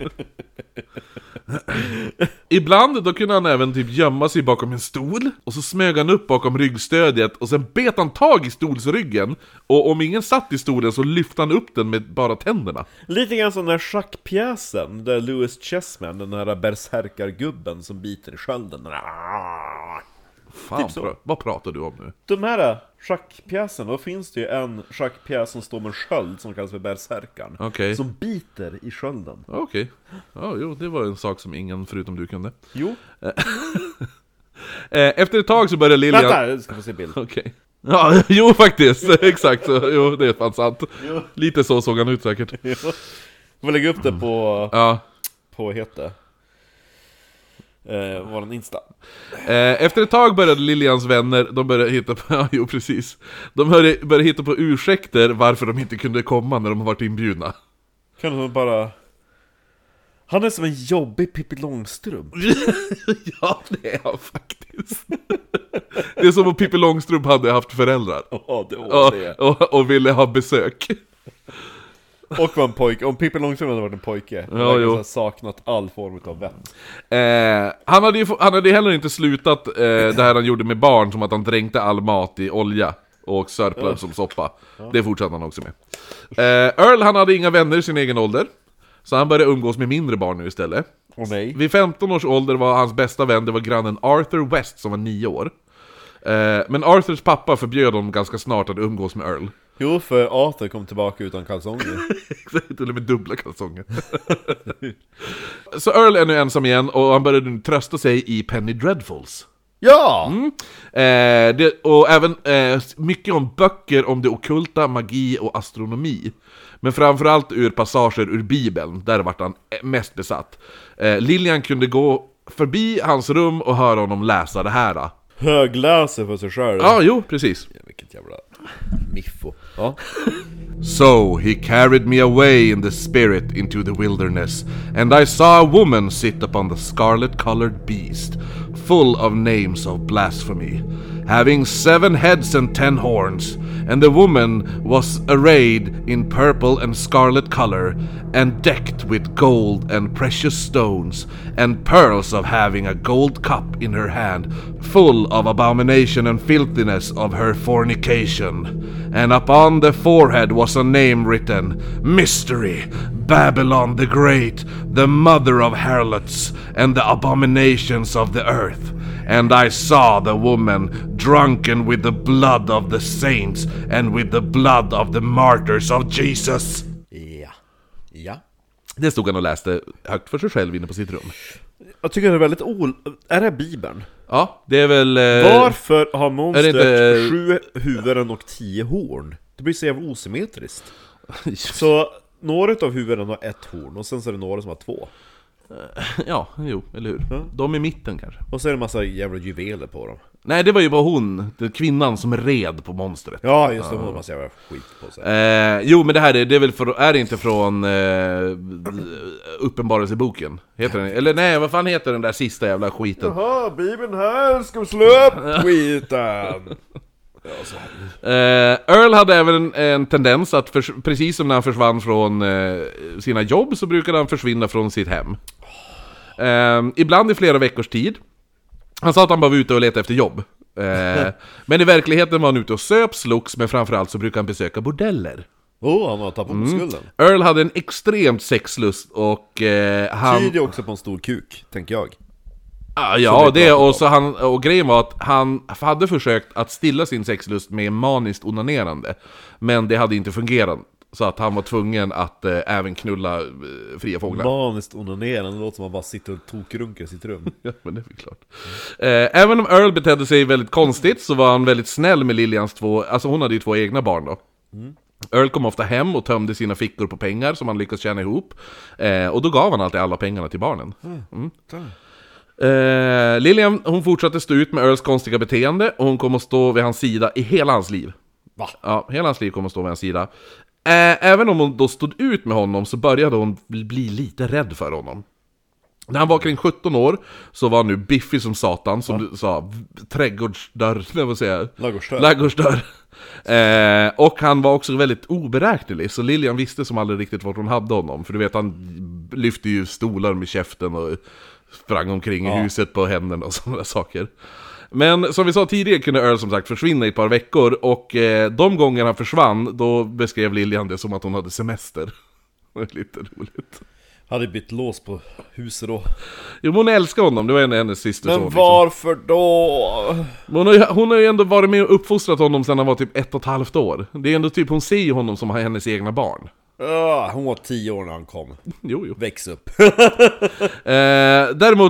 Ibland då kunde han även typ gömma sig bakom en stol. Och så smög han upp bakom ryggstödjet. Och sen bet han tag i stolsryggen. Och om ingen satt i stolen så lyfte han upp den med bara tänderna. Lite grann som den här schackpjäsen där Louis Chessman, den här berserkargubben som biter i skölden. Fan, typ vad pratar du om nu? De här schackpjäsen, då finns det ju en schackpjäs som står med en sköld som kallas för berserkaren. Som biter i skölden. Okej. Ja, jo, det var en sak som ingen förutom du kunde. Jo. Efter ett tag så började Lilian... Vänta, ska få se bild. Okej. Ja, jo faktiskt, exakt. Jo, det är fan sant. Jo. Lite så såg han ut säkert. får lägga upp det på... Ja. På heter våran Insta. Efter ett tag började Lilians vänner, de började hitta på, ja, jo precis. De började hitta på ursäkter varför de inte kunde komma när de varit inbjudna. Kan de bara... Han är som en jobbig Pippi Långstrump. Ja, det är han faktiskt. Det är som om Pippi Långstrump hade haft föräldrar. Ja, det var det. Och ville ha besök. Och var en pojke. Om Pippi Långstrump hade varit en pojke, ja, hade han saknat all form av vän. Han hade heller inte slutat det här han gjorde med barn, som att han dränkte all mat i olja och sörplade som soppa. Det fortsatte han också med. Earl, han hade inga vänner i sin egen ålder, så han började umgås med mindre barn nu istället. Nej. Vid 15 års ålder var hans bästa vän, det var grannen Arthur West som var 9 år. Men Arthurs pappa förbjöd honom ganska snart att umgås med Earl. Jo, för Arthur kom tillbaka utan kalsonger. Exakt, eller med dubbla kalsonger. Så Earl är nu ensam igen, och han började nu trösta sig i Penny Dreadfuls. Ja! Och även mycket om böcker om det ockulta, magi och astronomi. Men framförallt ur passager ur Bibeln, där vart han mest besatt. Lilian kunde gå förbi hans rum och höra honom läsa det här. Högläser för sig själv. Ja, jo, precis. Ja, vilket jävla miffo. Ja. So he carried me away in the spirit into the wilderness, and I saw a woman sit upon the scarlet-colored beast, full of names of blasphemy, having 7 heads and 10 horns. And the woman was arrayed in purple and scarlet color, and decked with gold and precious stones, and pearls, of having a gold cup in her hand, full of abomination and filthiness of her fornication. And upon the forehead was a name written, Mystery, Babylon the Great, the mother of harlots, and the abominations of the earth. And I saw the woman drunken with the blood of the saints, and with the blood of the martyrs of Jesus. Ja. Det stod han och läste högt för sig själv inne på sitt rum. Jag tycker det är väldigt Är det Bibeln? Ja, det är väl... Varför har monstret inte... 7 huvuden och 10 horn? Det blir så jävla osymmetriskt. Så några av huvuden har 1 horn, och sen så är det några som har 2. Ja, jo, eller hur? De i mitten kanske. Och så är det en massa jävla juveler på dem. Nej, det var ju bara hon, den kvinnan som red på monstret. Ja, just det, hon har en massa jävla skit på sig. Jo, men det här är väl är det inte från Uppenbarelseboken? Heter den? Eller nej, vad fan heter den där sista jävla skiten? Jaha, Bibeln här, ska vi slå upp skiten? Earl hade även en tendens att, precis som när han försvann från sina jobb, så brukade han försvinna från sitt hem. Ibland i flera veckors tid. Han sa att han bara var ute och letade efter jobb. Men i verkligheten var han ute och söp, slogs, men framförallt så brukade han besöka bordeller. Han har tappat på skulden. Earl hade en extremt sexlust, och han... Tyder också på en stor kuk, tänker jag. Ja, det och grejen var att han hade försökt att stilla sin sexlust med maniskt onanerande, men det hade inte fungerat, så att han var tvungen att även knulla fria fåglar. Maniskt onanerande, det låter som att man bara sitter och tokrunkar i sitt rum. Ja, men det är klart. Även om Earl betedde sig väldigt konstigt, så var han väldigt snäll med Lilians 2, alltså hon hade ju 2 egna barn då. Earl kom ofta hem och tömde sina fickor på pengar som han lyckades tjäna ihop, och då gav han alltid alla pengarna till barnen. Lilian, hon fortsatte stå ut med Earls konstiga beteende, och hon kom att stå vid hans sida i hela hans liv. Va? Ja, hela hans liv kom att stå vid hans sida. Även om hon då stod ut med honom, så började hon bli lite rädd för honom. När han var kring 17 år så var han nu biffig som satan, som du sa, trädgårdsdörr, vad säger jag? Ladugårdsdörr. Och han var också väldigt oberäknelig, så Lilian visste som aldrig riktigt vart hon hade honom. För du vet, han lyfte ju stolar med käften och sprang omkring i huset på händerna och sådana saker. Men som vi sa tidigare kunde Earl som sagt försvinna i ett par veckor, och de gånger han försvann, då beskrev Lilian det som att hon hade semester. Det var lite roligt. Hade bytt lås på huset då. Jo, hon älskar honom, det var hennes syster. Men så, varför liksom. Då? Hon har ju ändå varit med och uppfostrat honom sedan han var typ 1,5 år. Det är ändå typ, hon ser ju honom som hennes egna barn. Hon var 10 år när han kom. Jo. Väx upp. Däremot så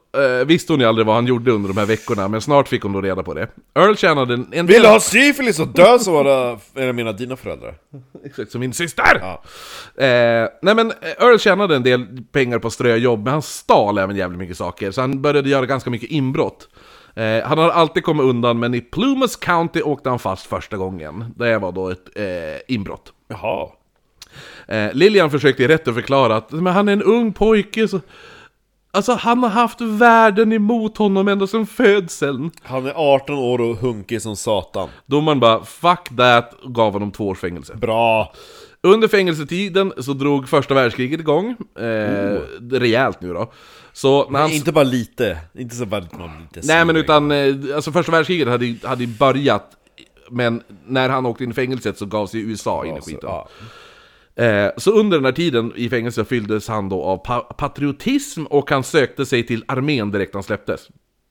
visste hon ju aldrig vad han gjorde under de här veckorna, men snart fick hon då reda på det. Earl tjänade en del... Vill du ha syfilis och dö så var det, jag menar dina föräldrar. Exakt, som min syster! Ja. Nej men Earl tjänade en del pengar på ströjobb, men han stal även jävligt mycket saker, så han började göra ganska mycket inbrott. Han har alltid kommit undan, men i Plumas County åkte han fast första gången. Det var då ett inbrott. Jaha. Lillian försökte i rätten förklara att men han är en ung pojke, så... Alltså han har haft världen emot honom ända sedan födseln. Han är 18 år och hunkig som satan. Domaren bara, fuck that, gav honom 2 års fängelse. Bra. Under fängelsetiden så drog första världskriget igång. Rejält nu då. Så när han... Inte bara lite. Inte så bara lite. Nej men utan, alltså första världskriget hade börjat. Men när han åkte in i fängelset så gav sig USA in i skiten. Ja. Så under den här tiden i fängelse fylldes han då av patriotism och han sökte sig till armén direkt han släpptes.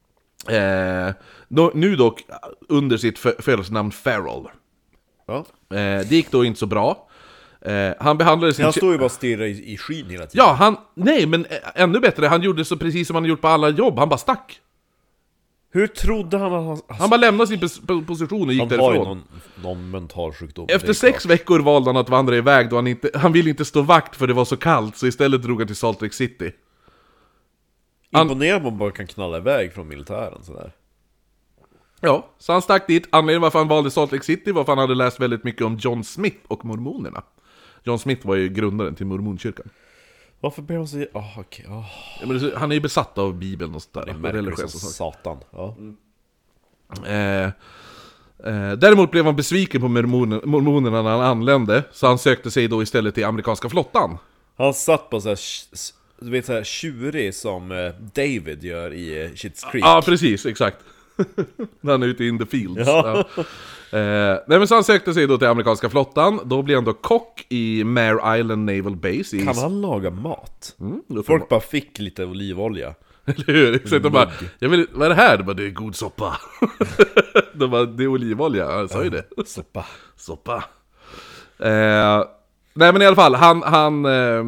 Nu dock under sitt födelsenamn Farrell. Ja. Det gick då inte så bra. Han behandlades... Han stod ju bara stirra i skyn hela tiden. Ja, nej men ännu bättre, han gjorde så precis som han gjort på alla jobb, han bara stack. Hur trodde han att han bara lämnade sin position och gick därifrån. Han har ju någon mental sjukdom. Efter 6 veckor valde han att vandra iväg då han ville inte stå vakt för det var så kallt, så istället drog han till Salt Lake City. Imponerad om man bara kan knalla iväg från militären sådär. Ja, så han stack dit. Anledningen varför han valde Salt Lake City var för han hade läst väldigt mycket om John Smith och mormonerna. John Smith var ju grundaren till mormonkyrkan. Varför ber han sig... okej. Ja, men han är ju besatt av Bibeln och sådär. Det är märkligt som satan. Ja. Däremot blev han besviken på mormonerna när han anlände. Så han sökte sig då istället till amerikanska flottan. Han satt på så här, du vet, så här tjurig som David gör i Schitt's Creek. Ja, precis, exakt. När han är ute in the fields. Ja. Nej, men så han sökte sig då till amerikanska flottan. Då blev han då kock i Mare Island Naval Base. Kan han laga mat? Folk bara fick lite olivolja. Eller hur? Exakt, de bara, vad är det här? De bara, det är god soppa. De bara, det är olivolja. Jag sa ju det. Soppa. Nej men i alla fall, han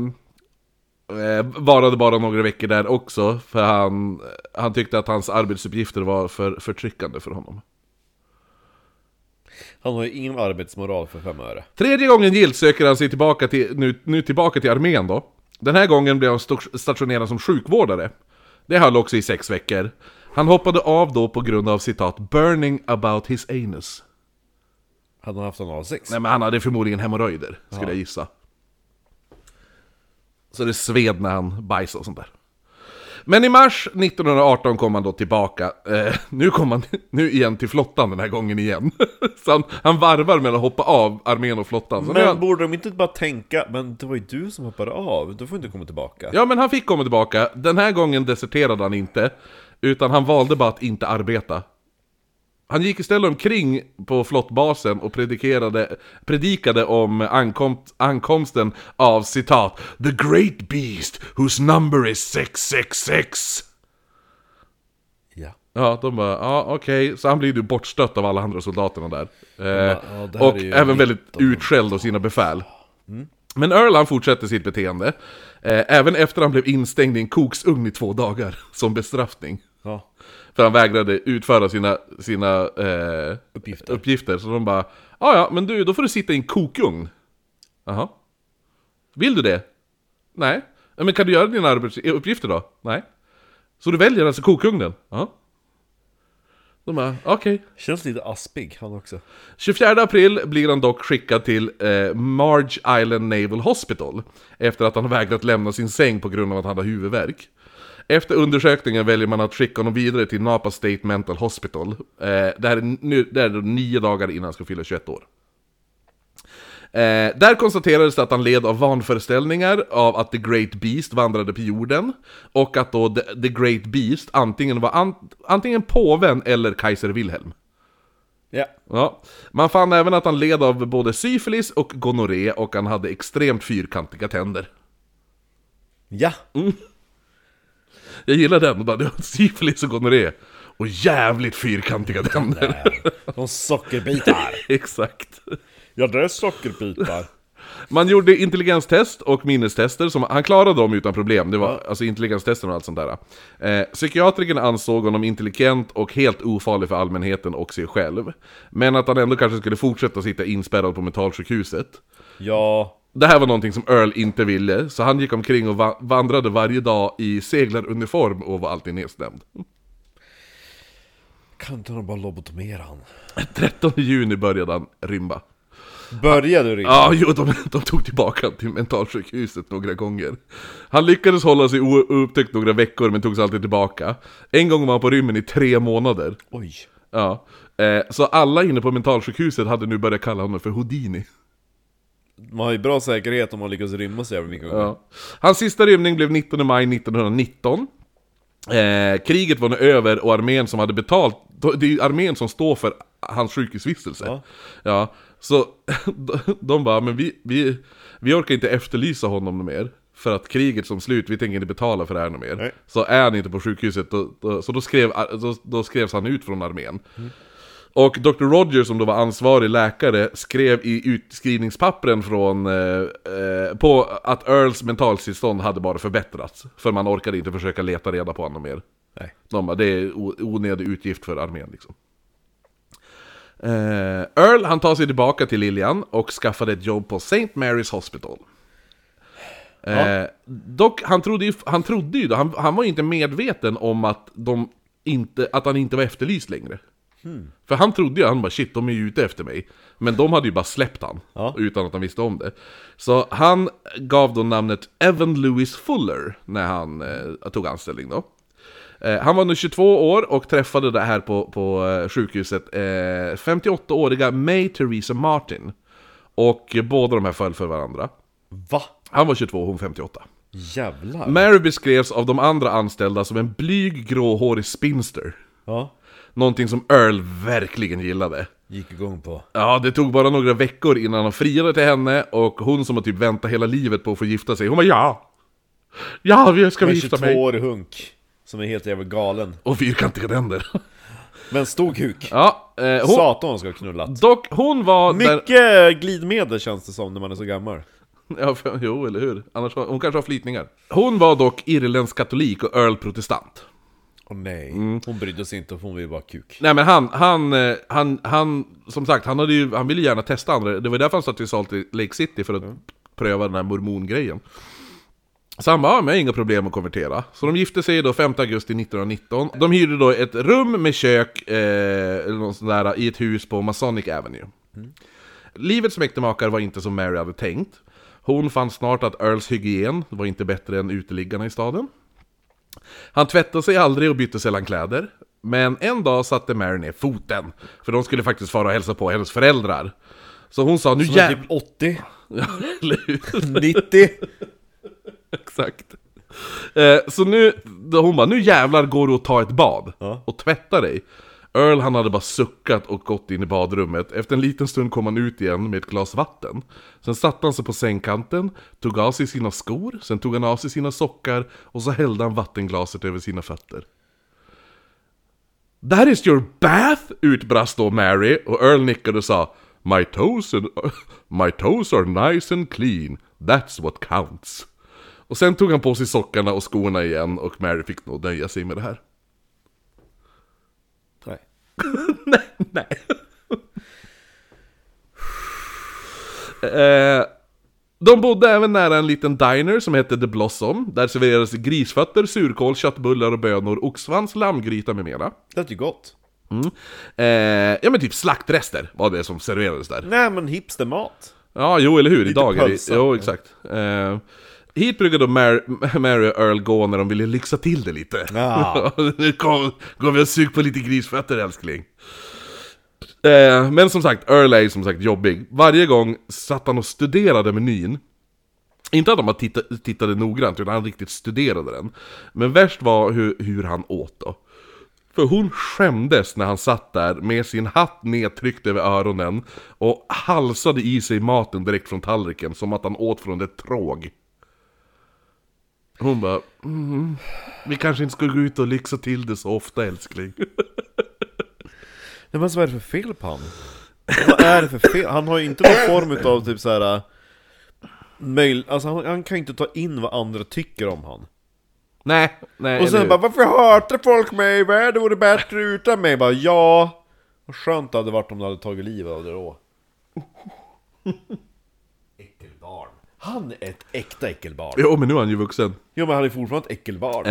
varade bara några veckor där också. För han tyckte att hans arbetsuppgifter var för förtryckande för honom. Han har ju ingen arbetsmoral för 5 öre. 3:e gången gilt söker han sig tillbaka till, nu tillbaka till armén då. Den här gången blev han stationerad som sjukvårdare. Det höll också i 6 veckor. Han hoppade av då på grund av citat burning about his anus. Hade han haft en A6? Nej, men han hade förmodligen hemorrojder, skulle jag gissa. Så det sved när han bajsade och sånt där. Men i mars 1918 kom han då tillbaka. Nu kom han igen till flottan den här gången igen. Så han varvar mellan att hoppa av armén och flottan. Så men borde de inte bara tänka, men det var ju du som hoppade av, du får inte komma tillbaka. Ja, men han fick komma tillbaka. Den här gången deserterade han inte, utan han valde bara att inte arbeta. Han gick istället omkring på flottbasen och predikade om ankomsten av, citat, the great beast whose number is 666. Ja, de bara, okej. Så han blir ju bortstött av alla andra soldaterna där. Och även väldigt utskälld av sina befäl. Men Earl, han fortsätter sitt beteende. Även efter han blev instängd i en koksugn i 2 dagar som bestraffning. Ja. För han vägrade utföra sina uppgifter. Så de bara, ja, men du, då får du sitta i en kokugn. Jaha. Vill du det? Nej. Men kan du göra dina arbetsuppgifter då? Nej. Så du väljer alltså kokugnen? Ja. De bara, okej. Känns lite aspig han också. 24 april blir han dock skickad till Marge Island Naval Hospital. Efter att han vägrat lämna sin säng på grund av att han hade huvudvärk. Efter undersökningen väljer man att skicka honom vidare till Napa State Mental Hospital. Det är 9 dagar innan han ska fylla 21 år. Där konstaterades det att han led av vanföreställningar av att The Great Beast vandrade på jorden. Och att då The Great Beast antingen var antingen påven eller kejsar Wilhelm. Yeah. Ja. Man fann även att han led av både syfilis och gonorré. Och han hade extremt fyrkantiga tänder. Ja. Jag gillar den, bara, det var syfilis och gonorré. Och jävligt fyrkantiga tänder. De sockerbitar. Exakt. Ja, det är sockerbitar. Man gjorde intelligenstest och minnestester, som han klarade dem utan problem. Det var alltså intelligenstester och allt sånt där. Psykiatriken ansåg honom intelligent och helt ofarlig för allmänheten och sig själv. Men att han ändå kanske skulle fortsätta sitta inspärrad på mentalsjukhuset. Ja. Det här var någonting som Earl inte ville, så han gick omkring och vandrade varje dag i seglaruniform och var alltid nedstämd. Kan inte han bara lobotomera han? 13 juni började han rymma. Började du rymma? Ja, jo, de tog tillbaka till mentalsjukhuset några gånger. Han lyckades hålla sig oupptäckt några veckor, men tog sig alltid tillbaka. En gång var han på rymmen i 3 månader. Oj. Ja. Så alla inne på mentalsjukhuset hade nu börjat kalla honom för Houdini. Man har ju bra säkerhet om man lyckas rymma så jävla mycket gånger. Ja. Hans sista rymning blev 19 maj 1919. Kriget var nu över och armén som hade betalt, det är armén som står för hans sjukhusvistelse. Ja, så de bara, men vi orkar inte efterlysa honom mer, för att kriget som slut, vi tänker inte betala för det här mer. Nej. Så är han inte på sjukhuset, så då skrevs han ut från armén. Och Dr. Rogers, som då var ansvarig läkare, skrev i utskrivningspappren på att Earls mentaltillstånd hade bara förbättrats. För man orkade inte försöka leta reda på honom mer. Nej. Det är onödig utgift för armén liksom. Earl, han tar sig tillbaka till Lillian och skaffade ett jobb på St. Mary's Hospital. Dock, han trodde ju då, han var inte medveten om att han inte var efterlyst längre. För han trodde ju, han bara shit, de är ju ute efter mig. Men de hade ju bara släppt han, utan att han visste om det. Så han gav då namnet Evan Lewis Fuller när han tog anställning då. Han var nu 22 år och träffade det här på sjukhuset 58-åriga May Theresa Martin. Och båda de här föll för varandra. Va? Han var 22 och hon 58. Jävlar. Mary beskrevs av de andra anställda som en blyg gråhårig spinster. Ja. Någonting som Earl verkligen gillade. Gick igång på. Ja, det tog bara några veckor innan han friade till henne. Och hon som har typ väntat hela livet på att få gifta sig, hon var ja, vi ska gifta mig. 22-årig hunk som är helt jävla galen. Och fyrkantiga tänder. Men stor kuk. Ja, Satan ska ha knullat. Dock, hon var mycket glidmedel känns det som när man är så gammal. Ja, jo, eller hur? Annars hon kanske har flytningar. Hon var dock irländsk katolik och Earl protestant. Nej, hon brydde sig inte, hon ville bara kuk. Nej, men han som sagt, han ville gärna testa andra. Det var därför han satt i Salt Lake City för att pröva den här mormongrejen. Så han bara, men inga problem att konvertera. Så de gifte sig då 5 augusti 1919. De hyrde då ett rum med kök eller något sånt där, i ett hus på Masonic Avenue. Livet som äktemakar var inte som Mary hade tänkt. Hon fann snart att Earls hygien var inte bättre än uteliggarna i staden. Han tvättade sig aldrig och bytte sällan kläder. Men en dag satte Mary ner foten, för de skulle faktiskt fara och hälsa på hennes föräldrar. Så hon sa, nu typ 80? Ja, eller hur? 90? Exakt. Så nu, hon bara, nu jävlar går du och ta ett bad och tvätta dig. Earl, han hade bara suckat och gått in i badrummet. Efter en liten stund kom han ut igen med ett glas vatten. Sen satte han sig på sängkanten, tog av sig sina skor, sen tog han av sig sina sockar och så hällde han vattenglaset över sina fötter. "That is your bath!" utbrast då Mary, och Earl nickade och sa, My toes are nice and clean. That's what counts." Och sen tog han på sig sockarna och skorna igen, och Mary fick nog nöja sig med det här. Nej. De bodde även nära en liten diner som hette The Blossom. Där serverades grisfötter, surkål, köttbullar och bönor, oxsvans, lammgryta med mera. Det är ju gott. Ja, men typ slaktrester var det som serverades där. Nej, men hipstermat. Ja, jo, eller hur? Lite Idag är det. pölsa. Jo, exakt. Hit brukade då Mary och Earl gå när de ville lyxa till det lite. Ja. Nu går vi och sug på lite grisfötter, älskling. Men som sagt, Earl är som sagt jobbig. Varje gång satt han och studerade menyn. Inte att de tittade noggrant, utan han riktigt studerade den. Men värst var hur han åt då. För hon skämdes när han satt där med sin hatt nedtryckt över öronen och halsade i sig maten direkt från tallriken, som att han åt från ett tråg. Hon bara, vi kanske inte ska gå ut och lyxa till det så ofta, älskling. Nej, men vad är det för fel på han? Vad är det för fel? Han har ju inte någon form av typ såhär Alltså han kan inte ta in vad andra tycker om han. Nej. Och sen bara, varför hatar folk mig? Världen vore bättre utan mig. Bara, ja. Vad skönt det hade varit om de hade tagit livet av det då. Äckelbarn. Han är ett äkta äckelbarn. Jo, men nu är han ju vuxen. Jo, men han är fortfarande ett äckelbarn.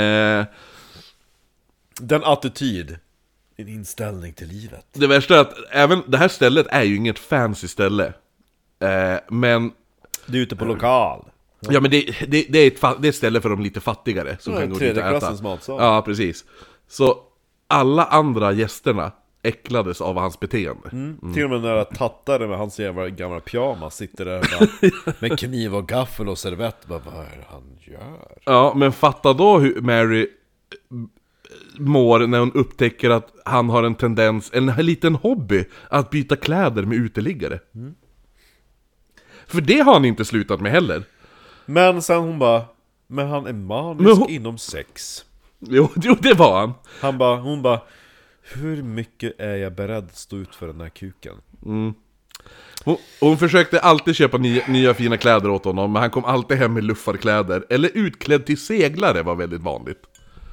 Den attityd. En inställning till livet. Det värsta är att även det här stället är ju inget fancy ställe. Men... Det är ute på lokal. Ja, men det är ett ställe för de lite fattigare som kan gå dit och äta. Matsal. Ja, precis. Så alla andra gästerna äcklades av hans beteende. Till och med den där tattare med hans jävla gamla pyjamas sitter där bara, med kniv och gaffel och servett. Bara, vad är det han gör? Ja, men fatta då hur Mary mår när hon upptäcker att han har en tendens, en liten hobby, att byta kläder med uteliggare. För det har han inte slutat med heller. Men sen hon bara, men han är manisk inom sex. Jo, det var han. Hon bara, hur mycket är jag beredd att stå ut för den här kuken? Hon försökte alltid köpa nya fina kläder åt honom, men han kom alltid hem med luffarkläder. Eller utklädd till seglare var väldigt vanligt.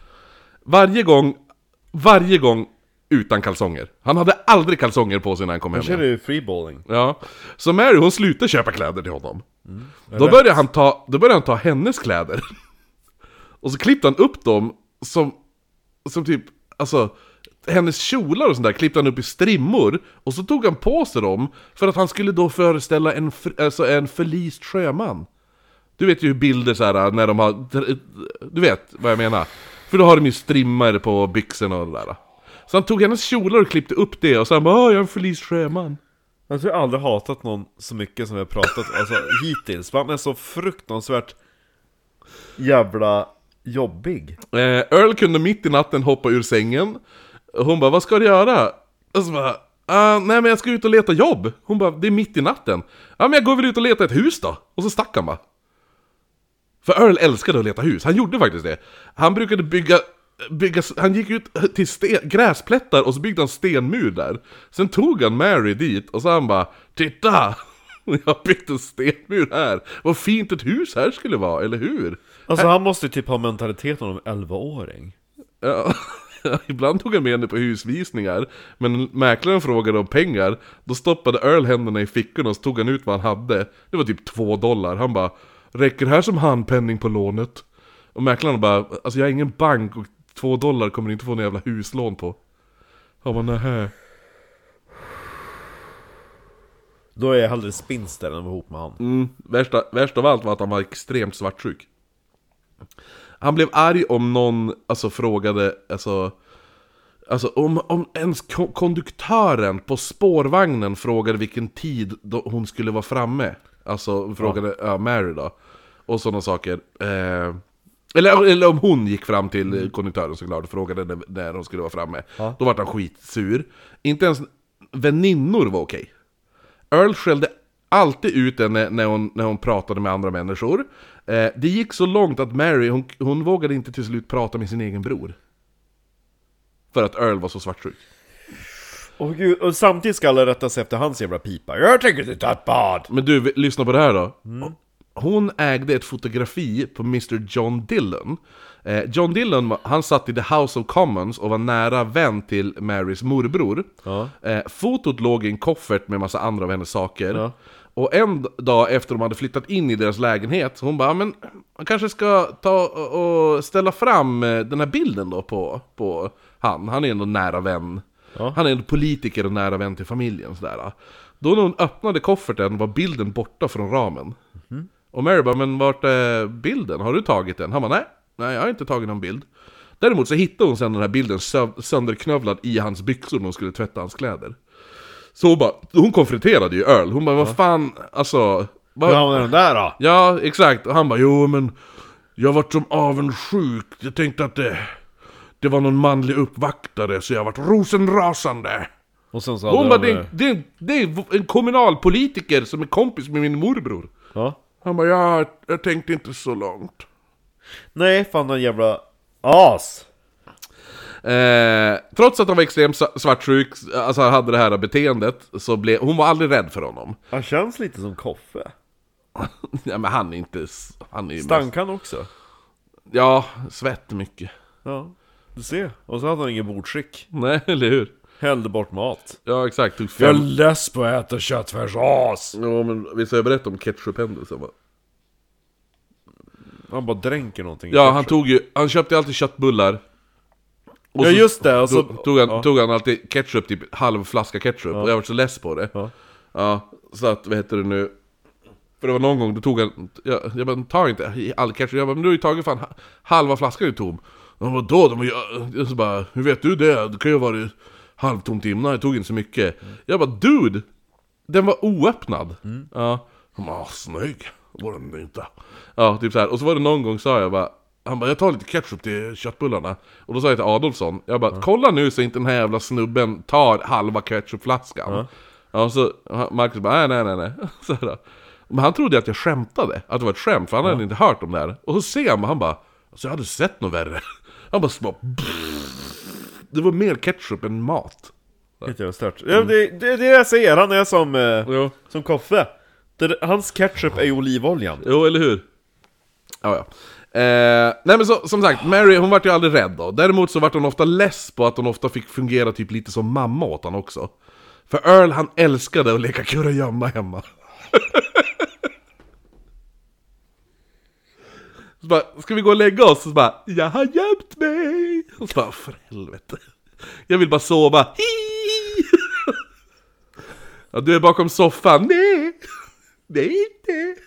Varje gång utan kalsonger. Han hade aldrig kalsonger på sig när han kom hem. Han körde ju freeballing. Ja. Så Mary, hon slutade köpa kläder till honom. Då började han ta hennes kläder. Och så klippte han upp dem som typ, alltså, hennes kjolar och sånt där klippte han upp i strimmor. Och så tog han på sig dem för att han skulle då föreställa en förlist sjöman. Du vet ju hur bilder så här när de har, du vet vad jag menar. För då har de ju strimmar på byxorna och det där. Så han tog hennes kjolar och klippte upp det. Och så han bara, jag är en förlist sjöman. Jag tror jag aldrig hatat någon så mycket som jag pratat alltså, hittills. Man är så fruktansvärt jävla jobbig. Earl kunde mitt i natten hoppa ur sängen. Hon bara, vad ska du göra? Och så bara, nej men jag ska ut och leta jobb. Hon bara, det är mitt i natten. Ja men jag går väl ut och letar ett hus då. Och så stack han bara. För Earl älskade att leta hus. Han gjorde faktiskt det. Han brukade bygga han gick ut till gräsplättar och så byggde han stenmur där. Sen tog han Mary dit och så han bara, titta! Jag har byggt en stenmur här. Vad fint ett hus här skulle vara, eller hur? Alltså han måste typ ha mentaliteten av en 11-åring. Ja, ibland tog han med henne på husvisningar. Men mäklaren frågade om pengar. Då stoppade Earl händerna i fickorna och så tog han ut vad han hade. Det var typ $2. Han bara, räcker det här som handpenning på lånet? Och mäklaren bara, alltså jag har ingen bank och $2 kommer inte få någon jävla huslån på. Han bara, nähä. Då är jag hellre spinster än ihop med han. Värst av allt var att han var extremt svartsjuk. Han blev arg om någon frågade, om ens konduktören på spårvagnen frågade vilken tid då hon skulle vara framme. Alltså frågade Mary då. Och sådana saker. Eller om hon gick fram till konduktören såklart och frågade när hon skulle vara framme. Då var han skitsur. Inte ens väninnor var okej. Earl skällde alltid ut henne när hon pratade med andra människor. Det gick så långt att Mary, hon vågade inte till slut prata med sin egen bror. För att Earl var så svartsjuk. Och samtidigt ska alla rätta sig efter hans jävla pipa. Jag tänker inte ta ett bad. Men du, lyssna på det här då. Hon ägde ett fotografi på Mr. John Dillon. John Dillon, han satt i The House of Commons och var nära vän till Marys morbror. Fotot låg i en koffert med massa andra av hennes saker. Och en dag efter de hade flyttat in i deras lägenhet, hon bara, men man kanske ska ta och ställa fram den här bilden då på han. Han är ändå nära vän. Han är en politiker och nära vän till familjen. Sådär. Då när hon öppnade kofferten var bilden borta från ramen. Och Mary bara, men vart är bilden? Har du tagit den? Han bara, nej, jag har inte tagit någon bild. Däremot så hittade hon sen den här bilden sönderknövlad i hans byxor när hon skulle tvätta hans kläder. Så hon konfronterade ju Earl. Hon bara, vad fan, alltså... Hur hamnade den där då? Ja, exakt. Och han bara, jo men jag var som avundsjuk. Jag tänkte att det var någon manlig uppvaktare, så jag var rosenrasande. Och sen sa hon bara, det är en kommunalpolitiker som är kompis med min morbror. Han bara, jag tänkte inte så långt. Nej, fan en jävla as. Trots att han var extremt svartsjuk, alltså hade det här beteendet, så hon var aldrig rädd för honom. Han känns lite som Koffe. Ja, men han är inte... Han är ju Stank han också? Ja, svett mycket. Ja, du ser. Och så hade han ingen bordskick. Nej, eller hur? Hällde bort mat. Ja, exakt. Tog Jag är less på att äta köttfärsas. Ja, men vi ska berätta om ketchup-händelsen, va? Han bara dränker någonting. Ja, han köpte alltid köttbullar. Och ja, just det. Och så tog han alltid ketchup, typ halv flaska ketchup. Och jag var så less på det. Ja, så att, vad heter det nu? För det var någon gång, då tog han... Jag bara, ta inte all ketchup. Jag bara, men du har ju tagit fan halva flaskan är tom. Och vadå? Jag så bara, hur vet du det? Det kan ju ha varit halvtomt innan, jag tog inte så mycket. Jag bara, dude! Den var oöppnad. Ja. Han bara, snygg. Var den inte. Ja, typ så här. Och så var det någon gång, sa jag bara... Han bara, jag tar lite ketchup till köttbullarna. Och då sa jag till Adolfsson, jag bara, kolla nu så inte den här jävla snubben tar halva ketchupflaskan. Ja, och så Marcus bara, nej. Så här. Men han trodde att jag skämtade, att det var ett skämt, för han hade inte hört om det här. Och så ser han bara, alltså jag hade sett något värre. Han bara det var mer ketchup än mat. Inte jag stört. Ja, det jag säger, han är som Koffe. Hans ketchup är ju olivoljan. Jo, eller hur? Ja. Nej men så, som sagt, Mary, hon var ju aldrig rädd då. Däremot så var hon ofta less på att hon ofta fick fungera typ lite som mamma åt han också. För Earl, han älskade att leka kurragömma hemma. Så bara, ska vi gå och lägga oss? Så bara, jag har gömt mig. Och så bara, för helvete, jag vill bara sova. Ja, du är bakom soffan. Nej, det är inte.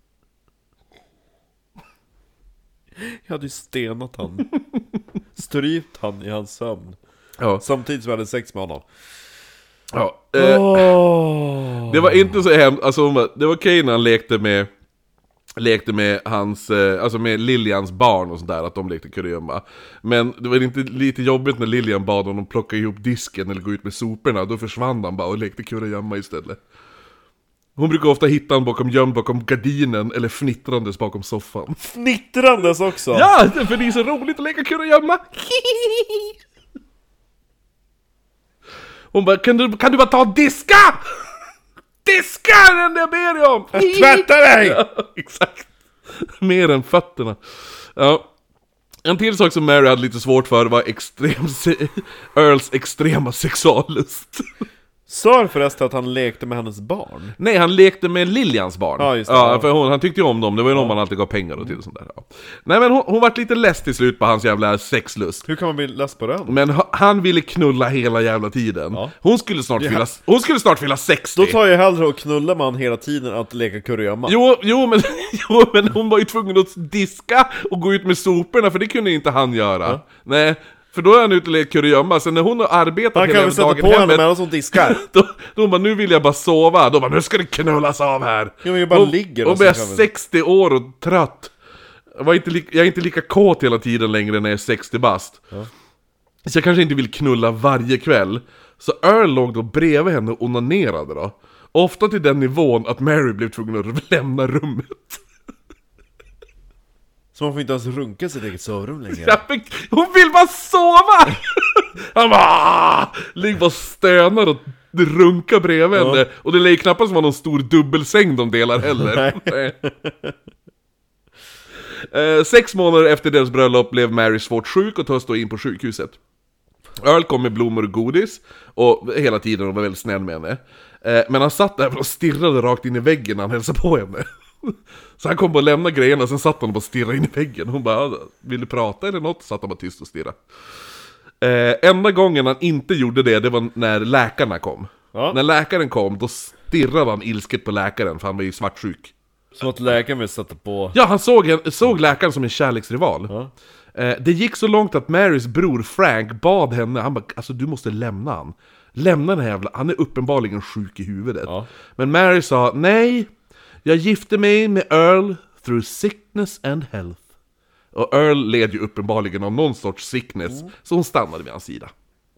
Jag hade ju stenat han. Strypt han i hans sömn. Ja. Samtidigt som jag hade sex med honom. Ja, det var inte så hemskt. Alltså, det var okej när han lekte med hans, alltså med Lilians barn och sådär, att de lekte kurragömma. Men det var inte lite jobbigt när Lilian bad honom plocka ihop disken eller gå ut med soporna. Då försvann han bara och lekte kurragömma istället. Hon brukar ofta hitta han gömd bakom gardinen eller fnittrandes bakom soffan. Fnittrandes också? Ja, för det är så roligt att leka kurragömma. Hon bara, kan du bara ta och diska? Diska den jag ber dig om! Tvätta dig! Ja, exakt. Mer än fötterna. Ja. En till sak som Mary hade lite svårt för var Earls extrema sexuallust. Sa förresten att han lekte med hennes barn? Nej, han lekte med Lilians barn. Ja, just det. Ja, för han tyckte ju om dem. Det var ju någon man alltid gav pengar och till och sånt där. Ja. Nej, men hon var lite less till slut på hans jävla sexlust. Hur kan man bli less på den? Men han ville knulla hela jävla tiden. Ja. Hon skulle snart fylla 60. Då tar jag hellre och knulla man hela tiden att leka kurragömma. Jo, men hon var ju tvungen att diska och gå ut med soporna, för det kunde inte han göra. Ja. Nej. För då är han ute och leker kurragömma. Sen när hon har arbetat hela dagen hemmet, han kan väl sätta på henne medan hon diskar. Då bara, nu vill jag bara sova. Då bara, nu ska det knullas av här. Ja, men jag bara ligger. Och blir 60 år och trött. Jag är inte lika kåt hela tiden längre när jag är 60 bast. Ja. Så jag kanske inte vill knulla varje kväll. Så Earl låg då bredvid henne och onanerade då. Ofta till den nivån att Mary blev tvungen att lämna rummet. Så man får inte ens runka sitt eget sovrum längre. Ja, hon vill bara sova! Han bara ligger och stönar och runkar bredvid henne. Och det lär ju knappast vara någon stor dubbelsäng de delar heller. Nej. 6 månader efter deras bröllop blev Mary svårt sjuk och tas då in på sjukhuset. Earl kom med blommor och godis och hela tiden var väldigt snäll med henne. Men han satt där och stirrade rakt in i väggen när han hälsade på henne. Så han kom på att lämna grejerna och sen satt han och bara stirrade in i väggen. Hon bara, vill du prata eller något? Så satt han bara tyst och stirrade. Enda gången han inte gjorde det var när läkarna kom. Ja. När läkaren kom, då stirrade han ilsket på läkaren, för han var ju svartsjuk. Så att läkaren vill sätta på... Ja, han såg läkaren som en kärleksrival. Ja. Det gick så långt att Marys bror Frank bad henne, han bara, alltså du måste lämna han. Lämna den här jävla, han är uppenbarligen sjuk i huvudet. Ja. Men Mary sa, nej, jag gifte mig med Earl through sickness and health. Och Earl led ju uppenbarligen av någon sorts sickness, så hon stannade vid hans sida.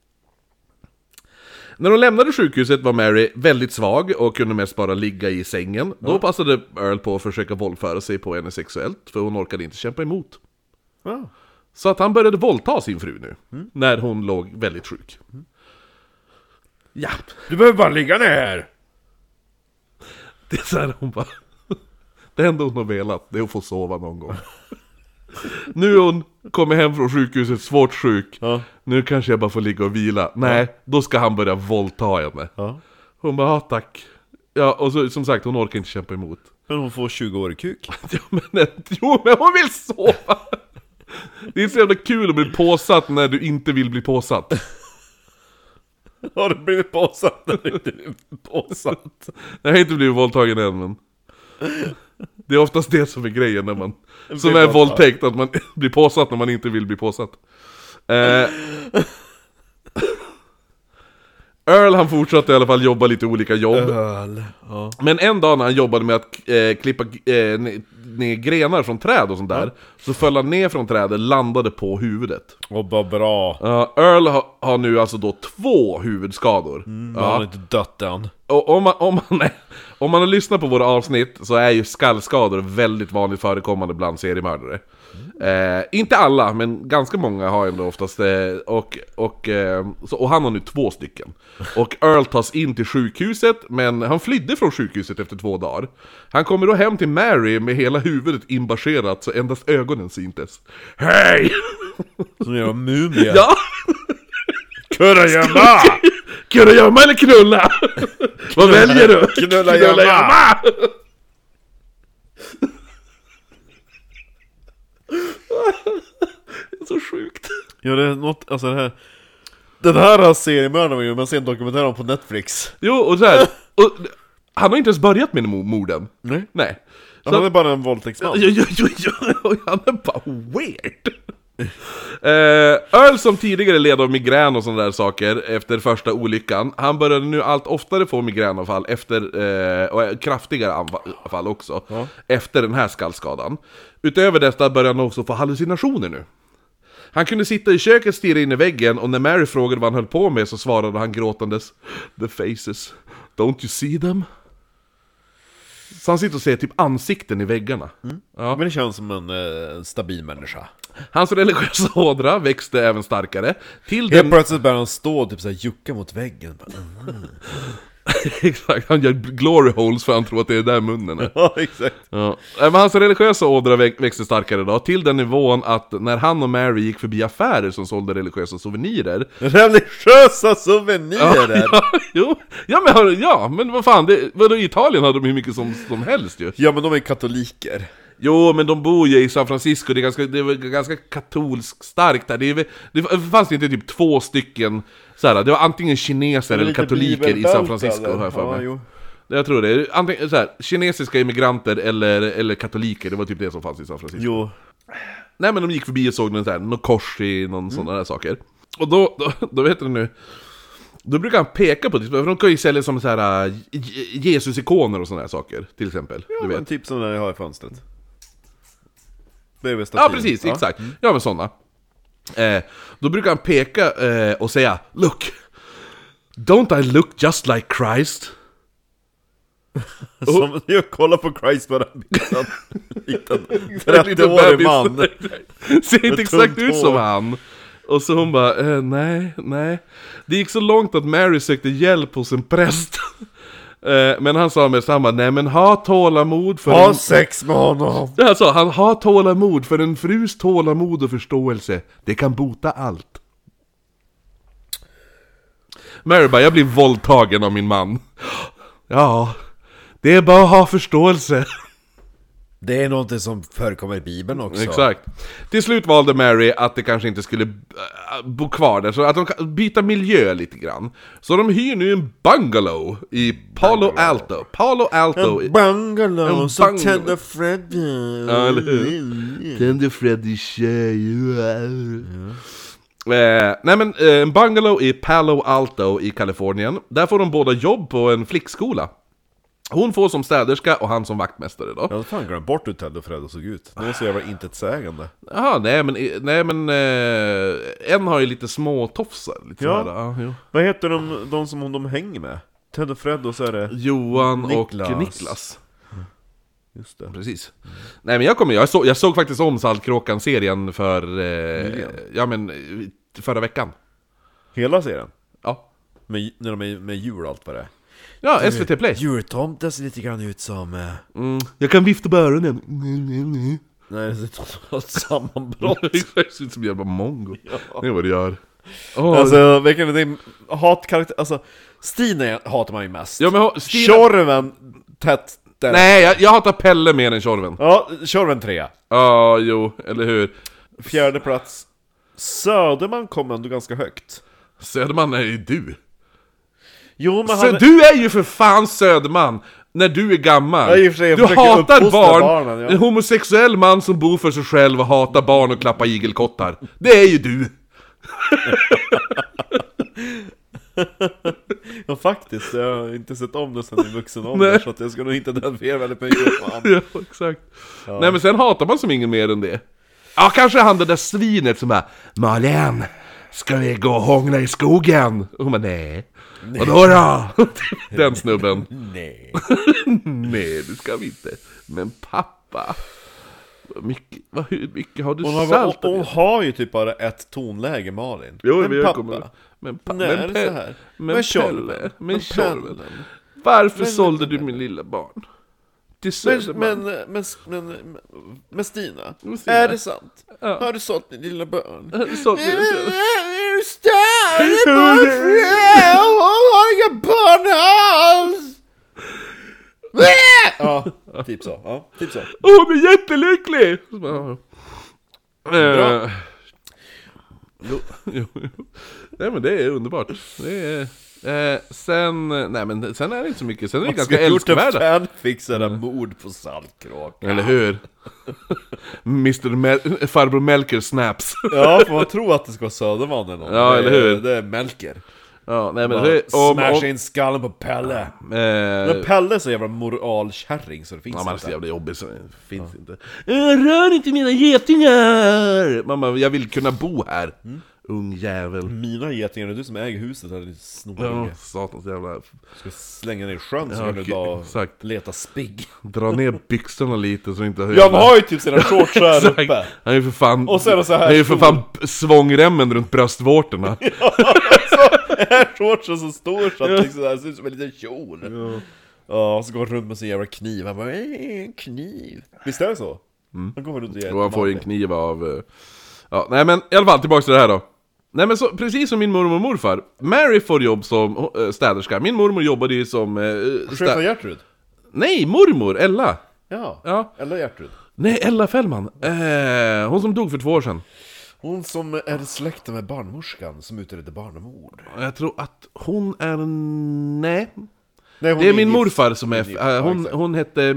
När hon lämnade sjukhuset var Mary väldigt svag och kunde mest bara ligga i sängen. Ja. Då passade Earl på att försöka våldföra sig på henne sexuellt, för hon orkade inte kämpa emot. Ja. Så att han började våldta sin fru nu, när hon låg väldigt sjuk. Ja. Du behöver bara ligga ner. Det är så här hon bara... Det enda hon har velat, det är att få sova någon gång. Nu är hon kommit hem från sjukhuset svårt sjuk. Ja. Nu kanske jag bara får ligga och vila. Nej, då ska han börja våldta henne. Ja. Hon bara, ja tack. Ja, och så, som sagt, hon orkar inte kämpa emot. Men hon får 20 år i kuk. Jo, men hon vill sova. Det är så jävla kul att bli påsatt när du inte vill bli påsatt. Har du blivit påsatt när du inte blivit påsatt? Jag har inte blivit våldtagen än, men det är oftast det som är grejen när man, som är våldtäkt, att man blir påsatt när man inte vill bli påsatt. Earl, han fortsatte i alla fall jobba lite olika jobb. Ja. Men en dag när han jobbade med att klippa ner grenar från träd och sånt där, så föll han ner från trädet, landade på huvudet. Och vad bra. Earl har nu alltså då 2 huvudskador. Han har inte dött än. Och om man har lyssnat på våra avsnitt, så är ju skallskador väldigt vanligt förekommande bland seriemördare. Inte alla, men ganska många har ändå oftast och han har nu 2 stycken. Och Earl tas in till sjukhuset, men han flydde från sjukhuset efter 2 dagar. Han kommer då hem till Mary med hela huvudet inbaserat, så endast ögonen syntes. Hej! Som gör mumia. Ja! Kurragömma! Kurragömma eller knulla? Vad väljer du? Knulla-gömma! Det är så sjukt. Ja, det är något, alltså det här. Den här seriemördaren man ser en dokumentär om på Netflix. Jo, och så här, och han har inte ens börjat med morden. Nej. Så, han är bara en våldtäktsman. Jo, han är bara weird. Earl, som tidigare led av migrän och sådana där saker efter första olyckan, han började nu allt oftare få migränanfall efter, och kraftigare anfall också, efter den här skallskadan. Utöver detta började han också få hallucinationer nu. Han kunde sitta i köket, stirra in i väggen, och när Mary frågade vad han höll på med så svarade han gråtandes: "The faces, don't you see them?" Så han sitter och ser typ ansikten i väggarna. Ja. Men det känns som en stabil människa. Hans religiösa ådra växte även starkare. Helt plötsligt börjar han stå och typ så här jucka mot väggen. Exakt, han gör glory holes för han tror att det är där munnen är. Ja, exakt. Ja. Men hans religiösa ådra växte starkare då, till den nivån att när han och Mary gick förbi affärer som sålde religiösa souvenirer. Religiösa souvenirer? Men vad fan, vadå, i Italien hade de hur mycket som helst ju. Ja, men de är katoliker. Jo, men de bor ju i San Francisco, det är ganska katolskt starkt där. Det fanns inte typ 2 stycken såhär, det var antingen kineser eller katoliker i San Francisco, har jag för mig. Jo. Jag tror det, antingen såhär, kinesiska immigranter eller katoliker, det var typ det som fanns i San Francisco. Jo. Nej, men de gick förbi och såg någon kors i någon sådana där saker. Och då vet du nu, då brukar han peka på det, för de kan ju sälja som såhär Jesus-ikoner och sådana där saker, till exempel. Ja, du vet. typ som den jag har i fönstret. Ja, precis, exakt. Ja, men sådana. Då brukar han peka och säga: "Look, don't I look just like Christ?" Som jag kollar på Christ bara liten 30-årig man. Ser inte exakt ut som han. Och så hon bara, nej. Det gick så långt att Mary sökte hjälp hos en präst. Men han sa med samma: "Nej, men ha tålamod för ha sex med honom." Det här sa han: "Ha tålamod, för en frus tålamod och förståelse, det kan bota allt." Mary bara: "Jag blir våldtagen av min man." Ja, det är bara att ha förståelse. Det är något som förekommer i Bibeln också. Exakt. Till slut valde Mary att det kanske inte skulle bo kvar där, så att de kan byta miljö lite grann. Så de hyr nu en bungalow i Palo Alto. En bungalow som Tender Freddy. Ja, eller hur? Tender Freddy tjej. En bungalow i Palo Alto i Kalifornien. Där får de båda jobb på en flickskola. Hon får som städerska och han som vaktmästare då. Jag har fan glömt bort hur Ted och Fred såg ut. Det är så jävla intetsägande. Jaha, nej men en har ju lite små tofsar lite ja. Sådär. Vad heter de som de hänger med? Ted och Fred, och så är det Johan och Niklas. Just det. Precis. Nej, men jag såg faktiskt om Saltkråkan-serien för förra veckan. Hela serien? Ja. När de är med djur och allt vad det är. Ja, SVT Play. Jultomten ser lite grann ut som... Jag kan vifta på öronen. Nej, det är ett sammanbrott. Det ser ut som jävla mongo. Det är vad det gör. Alltså, vilken är din hatkaraktär? Alltså, Stina hatar man ju mest. Ja, men Tjorven, tätt. Nej, jag hatar Pelle mer än Tjorven. Ja, Tjorven 3. Ja, jo, eller hur? 4:e plats. Söderman kom ändå ganska högt. Söderman är ju du. Jo, men du är ju för fan Söderman när du är gammal. Ja, du hatar barnen. Ja. En homosexuell man som bor för sig själv och hatar barn och klappar igelkottar. Det är ju du. Ja, faktiskt, jag har inte sett om det sen i vuxen ålder, så att jag ska nog inte identifiera väldigt mycket. Ja, exakt. Ja. Nej, men sen hatar man som ingen mer än det. Ja, kanske han det där svinet som bara Malin, ska vi gå och hångla i skogen? Och hon bara, nej. Vadå då? Den snubben. Nej. Nej, det ska vi inte. Men pappa, hur mycket har du saltat? Hon har ju typ bara ett tonläge, Malin. Jo, men pappa. Men Pelle. Men varför sålde du min lilla barn? Men Stina, är det sant? Ja. Har du sålt min lilla barn? Har du sålt min lilla barn? Är du större? Hon har inga barn alls! Ja, typ så. Ja, typ så. Hon är jättelycklig! Bra. Jo. Nej, men det är underbart. Det är... sen är det inte så mycket. Sen är det ganska älskvärda. Man fixar mord på Saltkråkan. Eller hur? Farbror Melker snaps. Ja, för man tror att det ska vara Söderman eller någon. Ja, eller hur? Det är Melker. Ja, nej, men smash in skallen på Pelle. Men Pelle är så jävla moralkärring så det finns inte. Ja, man är så jävla jobbig så det finns inte. Rör inte mina getingar! Mamma, jag vill kunna bo här. Ung jävel. Mina getingar, är du som äger huset här, snoriga. Ja, satans jävla... Ska slänga ner i sjön så kan du då leta spigg. Dra ner byxorna lite så inte... Ja, man har ju typ sina shorts här uppe. Han är ju för fan... Och så är det så här. Han är ju för fan svångremmen runt bröstvårtorna. Ja, alltså, är shortsen så stor så att liksom, det ser ut som en liten kjol. Ja, och så går han runt med sin jävla kniv. Han bara, kniv. Visst är det så? Han går runt och han får ju en kniv av... Ja, nej men i alla fall tillbaka till det här då. Nej men så, precis som min mormor och morfar, Mary får jobb som städerska. Min mormor jobbade ju som... Chefen Gertrud? Nej, mormor, Ella. Ja. Ella Gertrud. Nej, Ella Fällman. Hon som dog för 2 år sedan. Hon som är släkten med barnmorskan som utredde barnamord. Jag tror att hon är... Nej, det är min morfar som är... Hon hette...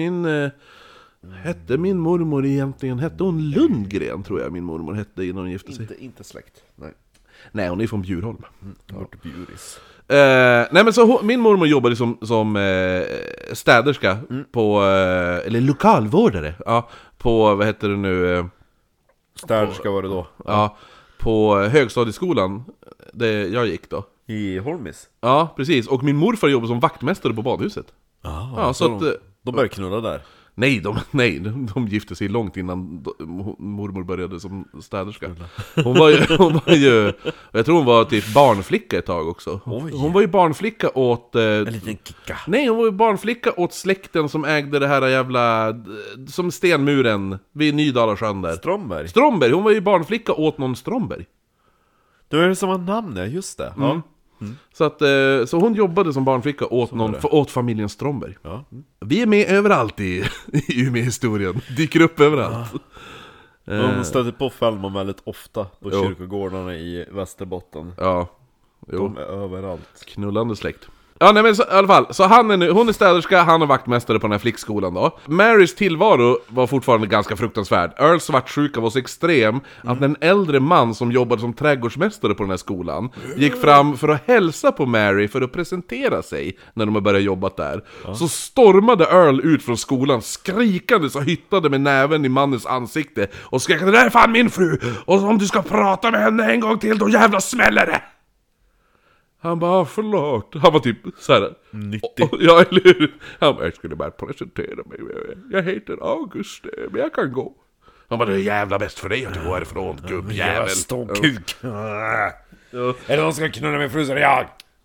Hette min mormor egentligen, hette hon Lundgren tror jag min mormor hette innan hon gifte sig. Inte släkt, nej hon är från Bjurholm. Bjuris. Nej men så min mormor jobbade som städerska på, eller lokalvårdare, ja, på, vad heter det nu? Städerska var det då? Ja, på högstadieskolan, det jag gick då. I Holmis? Ja, precis, och min morfar jobbade som vaktmästare på badhuset. Ja, så att, de började knulla där. Nej, de gifte sig långt innan mormor började som städerska. Hon var ju jag tror hon var typ barnflicka ett tag också. Hon var ju barnflicka åt... en liten kicka. Nej, hon var ju barnflicka åt släkten som ägde det här jävla... Som stenmuren vid Nydalasjön där. Stromberg, hon var ju barnflicka åt någon Stromberg. Då är det samma namn, ja, just det. Ja. Så att så hon jobbade som barnflicka åt familjen Stromberg. Ja. Vi är med överallt i Umeå-historien. Dyker upp överallt. De stöter på Fällman väldigt ofta på kyrkogårdarna i Västerbotten. Ja. De är överallt. Knullande släkt. Ja, nej men så, i alla fall, så hon är städerska, han är vaktmästare på den här flickskolan då. Marys tillvaro var fortfarande ganska fruktansvärd. Earls svartsjuka var så extrem att en äldre man som jobbade som trädgårdsmästare på den här skolan gick fram för att hälsa på Mary för att presentera sig när de började jobba där. Så stormade Earl ut från skolan skrikande så hyttade med näven i mannens ansikte och skrek: "Det där är fan min fru! Och om du ska prata med henne en gång till, då jävla smäller det!" Han bara, förlåt. Han var typ såhär 90. Ja, eller hur? Han bara, jag skulle bara presentera mig. Jag heter August, men jag kan gå. Han bara, det är jävla bäst för dig att du går härifrån, gubbjävel. Stånkuk. Eller någon ska knulla min fru så är det jag.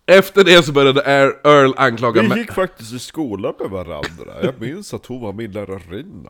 Efter det så började Earl anklaga Vi gick faktiskt i skolan med varandra. Jag minns att hon var min lärarinna.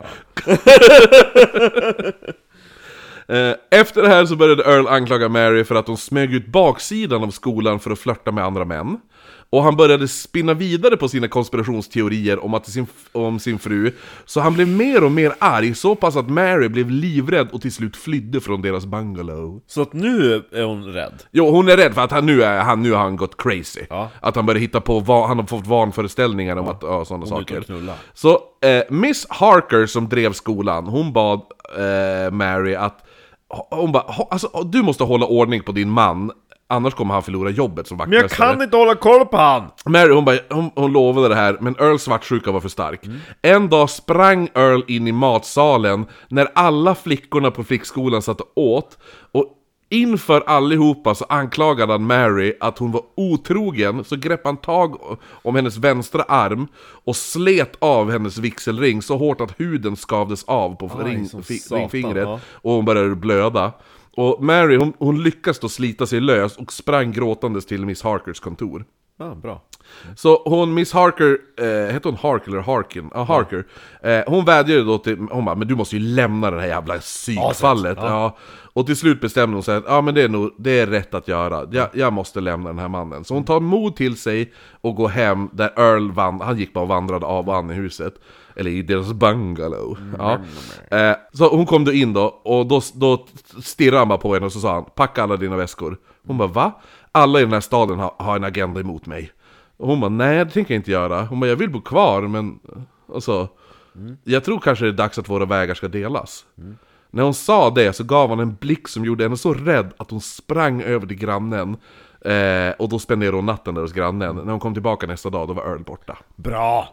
Efter det här så började Earl anklaga Mary för att hon smög ut baksidan av skolan för att flirta med andra män. Och han började spinna vidare på sina konspirationsteorier om sin fru. Så han blev mer och mer arg, så pass att Mary blev livrädd och till slut flydde från deras bungalow. Så att nu är hon rädd? Jo, hon är rädd för att nu har han gått crazy. Ja. Att han börjar hitta på, han har fått vanföreställningar om att sådana saker. Så Miss Harker som drev skolan, hon bad Mary att hon bara, alltså, du måste hålla ordning på din man, annars kommer han förlora jobbet som vaktmästare. Men jag kan inte hålla koll på han! Mary, hon lovade det här, men Earls svartsjuka var för stark. En dag sprang Earl in i matsalen när alla flickorna på flickskolan satt och åt, och inför allihopa så anklagade han Mary att hon var otrogen, så grepp han tag om hennes vänstra arm och slet av hennes vigselring så hårt att huden skavdes av på ringfingret, och hon började blöda. Och Mary, hon lyckas då slita sig lös och sprang gråtandes till Miss Harkers kontor. Bra. Så hon, Miss Harker, heter hon Hark eller Harkin? Harker. Hon vädjade då till, hon bara, men du måste ju lämna det här jävla psykfallet. Ja. Och till slut bestämde hon sig att men det är rätt att göra. Jag måste lämna den här mannen. Så hon tar mod till sig och går hem där Earl han gick bara och vandrade av och an i huset. Eller i deras bungalow. Så hon kom då in då, och då stirrade han bara på henne och så sa han, packa alla dina väskor. Hon bara, va? Alla i den här staden har en agenda emot mig. Och hon bara, nej det tänker jag inte göra. Hon bara, jag vill bo kvar, men alltså, jag tror kanske det är dags att våra vägar ska delas. När hon sa det så gav han en blick som gjorde henne så rädd att hon sprang över till grannen. Och då spenderade hon natten där hos grannen. När hon kom tillbaka nästa dag, då var Earl borta. Bra!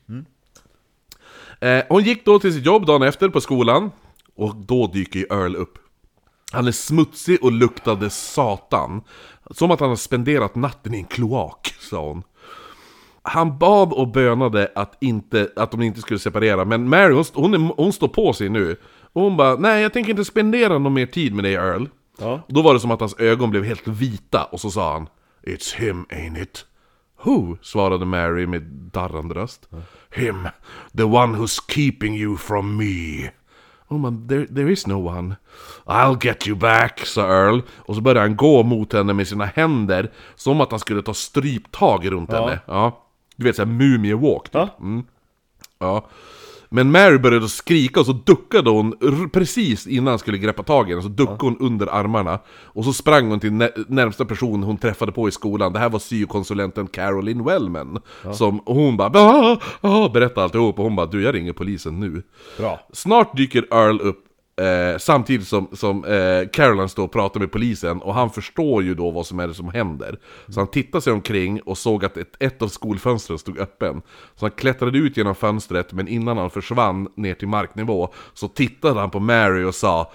Hon gick då till sitt jobb dagen efter på skolan. Och då dyker ju Earl upp. Han är smutsig och luktade satan. Som att han har spenderat natten i en kloak, sa hon. Han bad och bönade att de inte skulle separera. Men Mary, hon står på sig nu. Och hon bara, nej jag tänker inte spendera någon mer tid med dig, Earl. Ja. Då var det som att hans ögon blev helt vita. Och så sa han, it's him, ain't it? Who? Svarade Mary med darrande röst. Him, the one who's keeping you from me. Oh man, there is no one. I'll get you back, sa Earl. Och så började han gå mot henne med sina händer, som att han skulle ta stryptag runt henne. Ja. Du vet, såhär mumie-walk typ. Ja. Men Mary började skrika och så duckade hon precis innan han skulle greppa tag i henne. Så duckade hon under armarna. Och så sprang hon till närmsta person hon träffade på i skolan. Det här var syokonsulenten Caroline Wellman. Som hon bara berättade alltihop. Och hon bara, jag ringer polisen nu. Bra. Snart dyker Earl upp samtidigt som Caroline står och pratar med polisen. Och han förstår ju då vad som är det som händer. Så han tittar sig omkring och såg att ett av skolfönstren stod öppen. Så han klättrade ut genom fönstret, men innan han försvann ner till marknivå så tittade han på Mary och sa,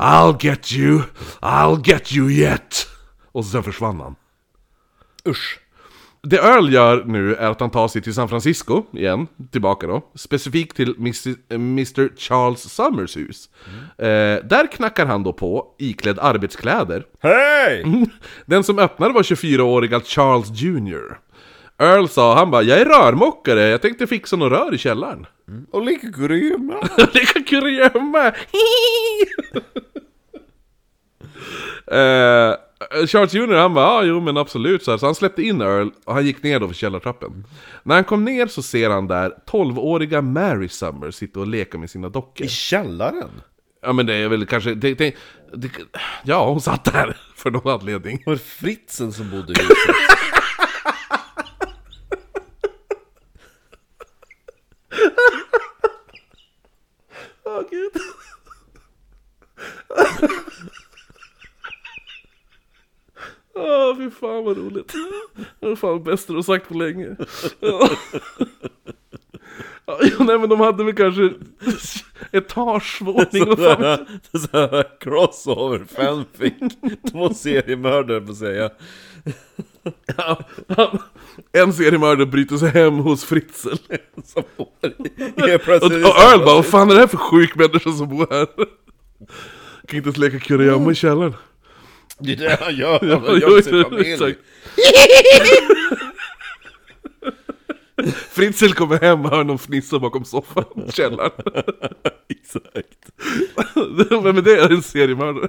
I'll get you yet. Och sen försvann han. Usch. Det Earl gör nu är att han tar sig till San Francisco igen, tillbaka då. Specifikt till Mr. Charles Summers hus. Där knackar han då på, iklädd arbetskläder. Hej! Den som öppnade var 24-åriga Charles Jr. Earl sa, han bara, jag är rörmockare, jag tänkte fixa några rör i källaren. Och lika grymma. Lika grymma. Charles Jr. han bara, jo men absolut. Så han släppte in Earl och han gick ner då för källartrappen. När han kom ner så ser han där 12-åriga Mary Summers sitta och leka med sina dockor. I källaren? Ja men det är väl kanske ja, hon satt där för någon anledning. Var det Fritzen som bodde i huset? Åh gud. Fy fan vad roligt. Det var fan bäst du har sagt på länge. Nej men de hade väl kanske etagevåning och fan. Såhär crossover fanfic. 2 seriemördare på säga. En seriemördare bryter sig hem hos Fritzl. Och Earl bara, vad fan är det här för sjuk människa som bor här? Kan inte ens leka kurragömma i källaren. Det är det han gör, han gör sin familj. Fritzl kommer hem och hör någon fnissa bakom soffan i källaren. Exakt. Men det är en seriemördare.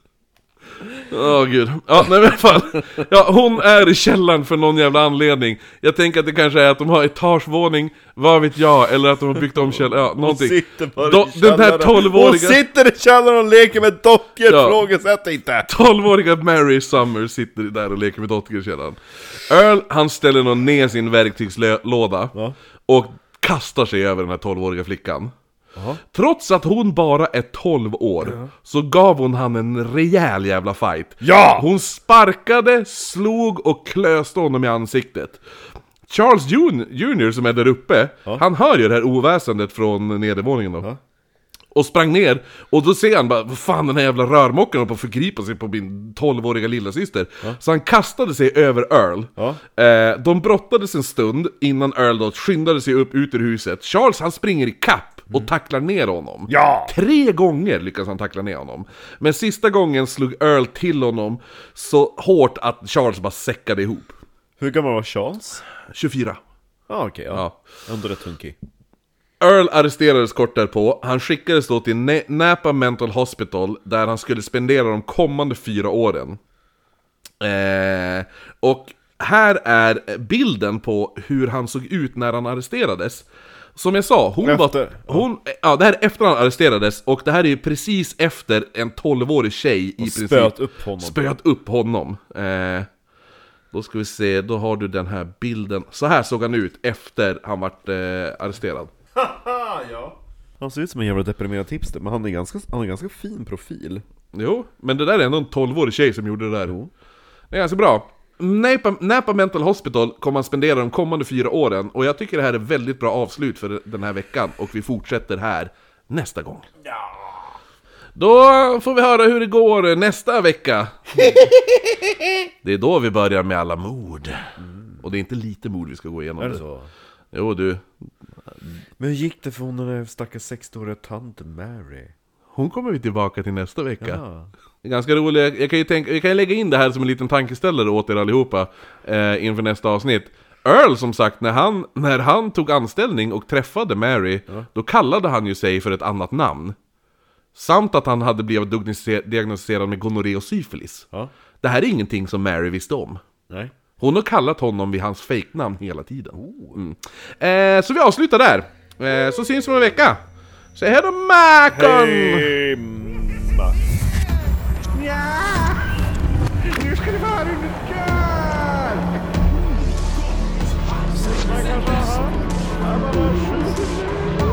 Gud. Ja, nej, men i alla fall. Ja, hon är i källaren för någon jävla anledning. Jag tänker att det kanske är att de har etagevåning, vad vet jag, eller att de har byggt om källaren. Ja, någonting. Hon sitter bara i den där 12-åriga... Hon sitter i källaren och leker med dockor, frågesätt inte. 12-åriga Mary Summers sitter där och leker med dockor i källaren. Earl, han ställer nog ner sin verktygslåda och kastar sig över den här 12-åriga flickan. Trots att hon bara är 12 år så gav hon han en rejäl jävla fight. Ja! Hon sparkade, slog och klöste honom i ansiktet. Charles Jr. som är där uppe, han hör ju det här oväsendet från nedervåningen då. Och sprang ner, och då ser han bara, vad fan, den här jävla rörmocken håller på att förgripa sig på min 12-åriga lillasyster. Så han kastade sig över Earl. De brottades en stund innan Earl då skyndade sig upp ut ur huset. Charles, han springer i kapp och tacklar ner honom. 3 gånger lyckas han tackla ner honom. Men sista gången slog Earl till honom så hårt att Charles bara säckade ihop. Hur gammal var Charles? 24. Okej. Ändå rätt hunky. Earl arresterades kort därpå. Han skickades då till Napa Mental Hospital, där han skulle spendera de kommande 4 åren. Och här är bilden på hur han såg ut när han arresterades. Som jag sa, det här är efter han arresterades. Och det här är ju precis efter en 12-årig tjej i princip spöat upp honom. Då ska vi se, då har du den här bilden. Så här såg han ut efter han vart arresterad. Ja. Han ser ut som en jävla deprimerad tipster, men han har en ganska fin profil. Jo, men det där är ändå en 12-årig tjej som gjorde det där. Det är ganska bra. Napa Mental Hospital kommer han spendera de kommande 4 åren. Och jag tycker det här är väldigt bra avslut för den här veckan. Och vi fortsätter här nästa gång. Då får vi höra hur det går nästa vecka. Det är då vi börjar med alla mord. Och det är inte lite mord vi ska gå igenom. Är det så? Jo, du. Men hur gick det för hon, den där stackars 60-åriga tanten Mary? Hon kommer vi tillbaka till nästa vecka. Det är ganska roligt. Jag kan lägga in det här som en liten tankeställare åt er allihopa inför nästa avsnitt. Earl, som sagt, när han tog anställning och träffade Mary, då kallade han ju sig för ett annat namn. Samt att han hade blivit diagnostiserad med gonorré och syfilis. Det här är ingenting som Mary visste om. Nej. Hon har kallat honom vid hans fake-namn hela tiden. Så vi avslutar där. Så syns vi om en vecka. Säg hej då, Macon! Hej, Macon! Ja! Nu ska det vara under kör! Man kanske har...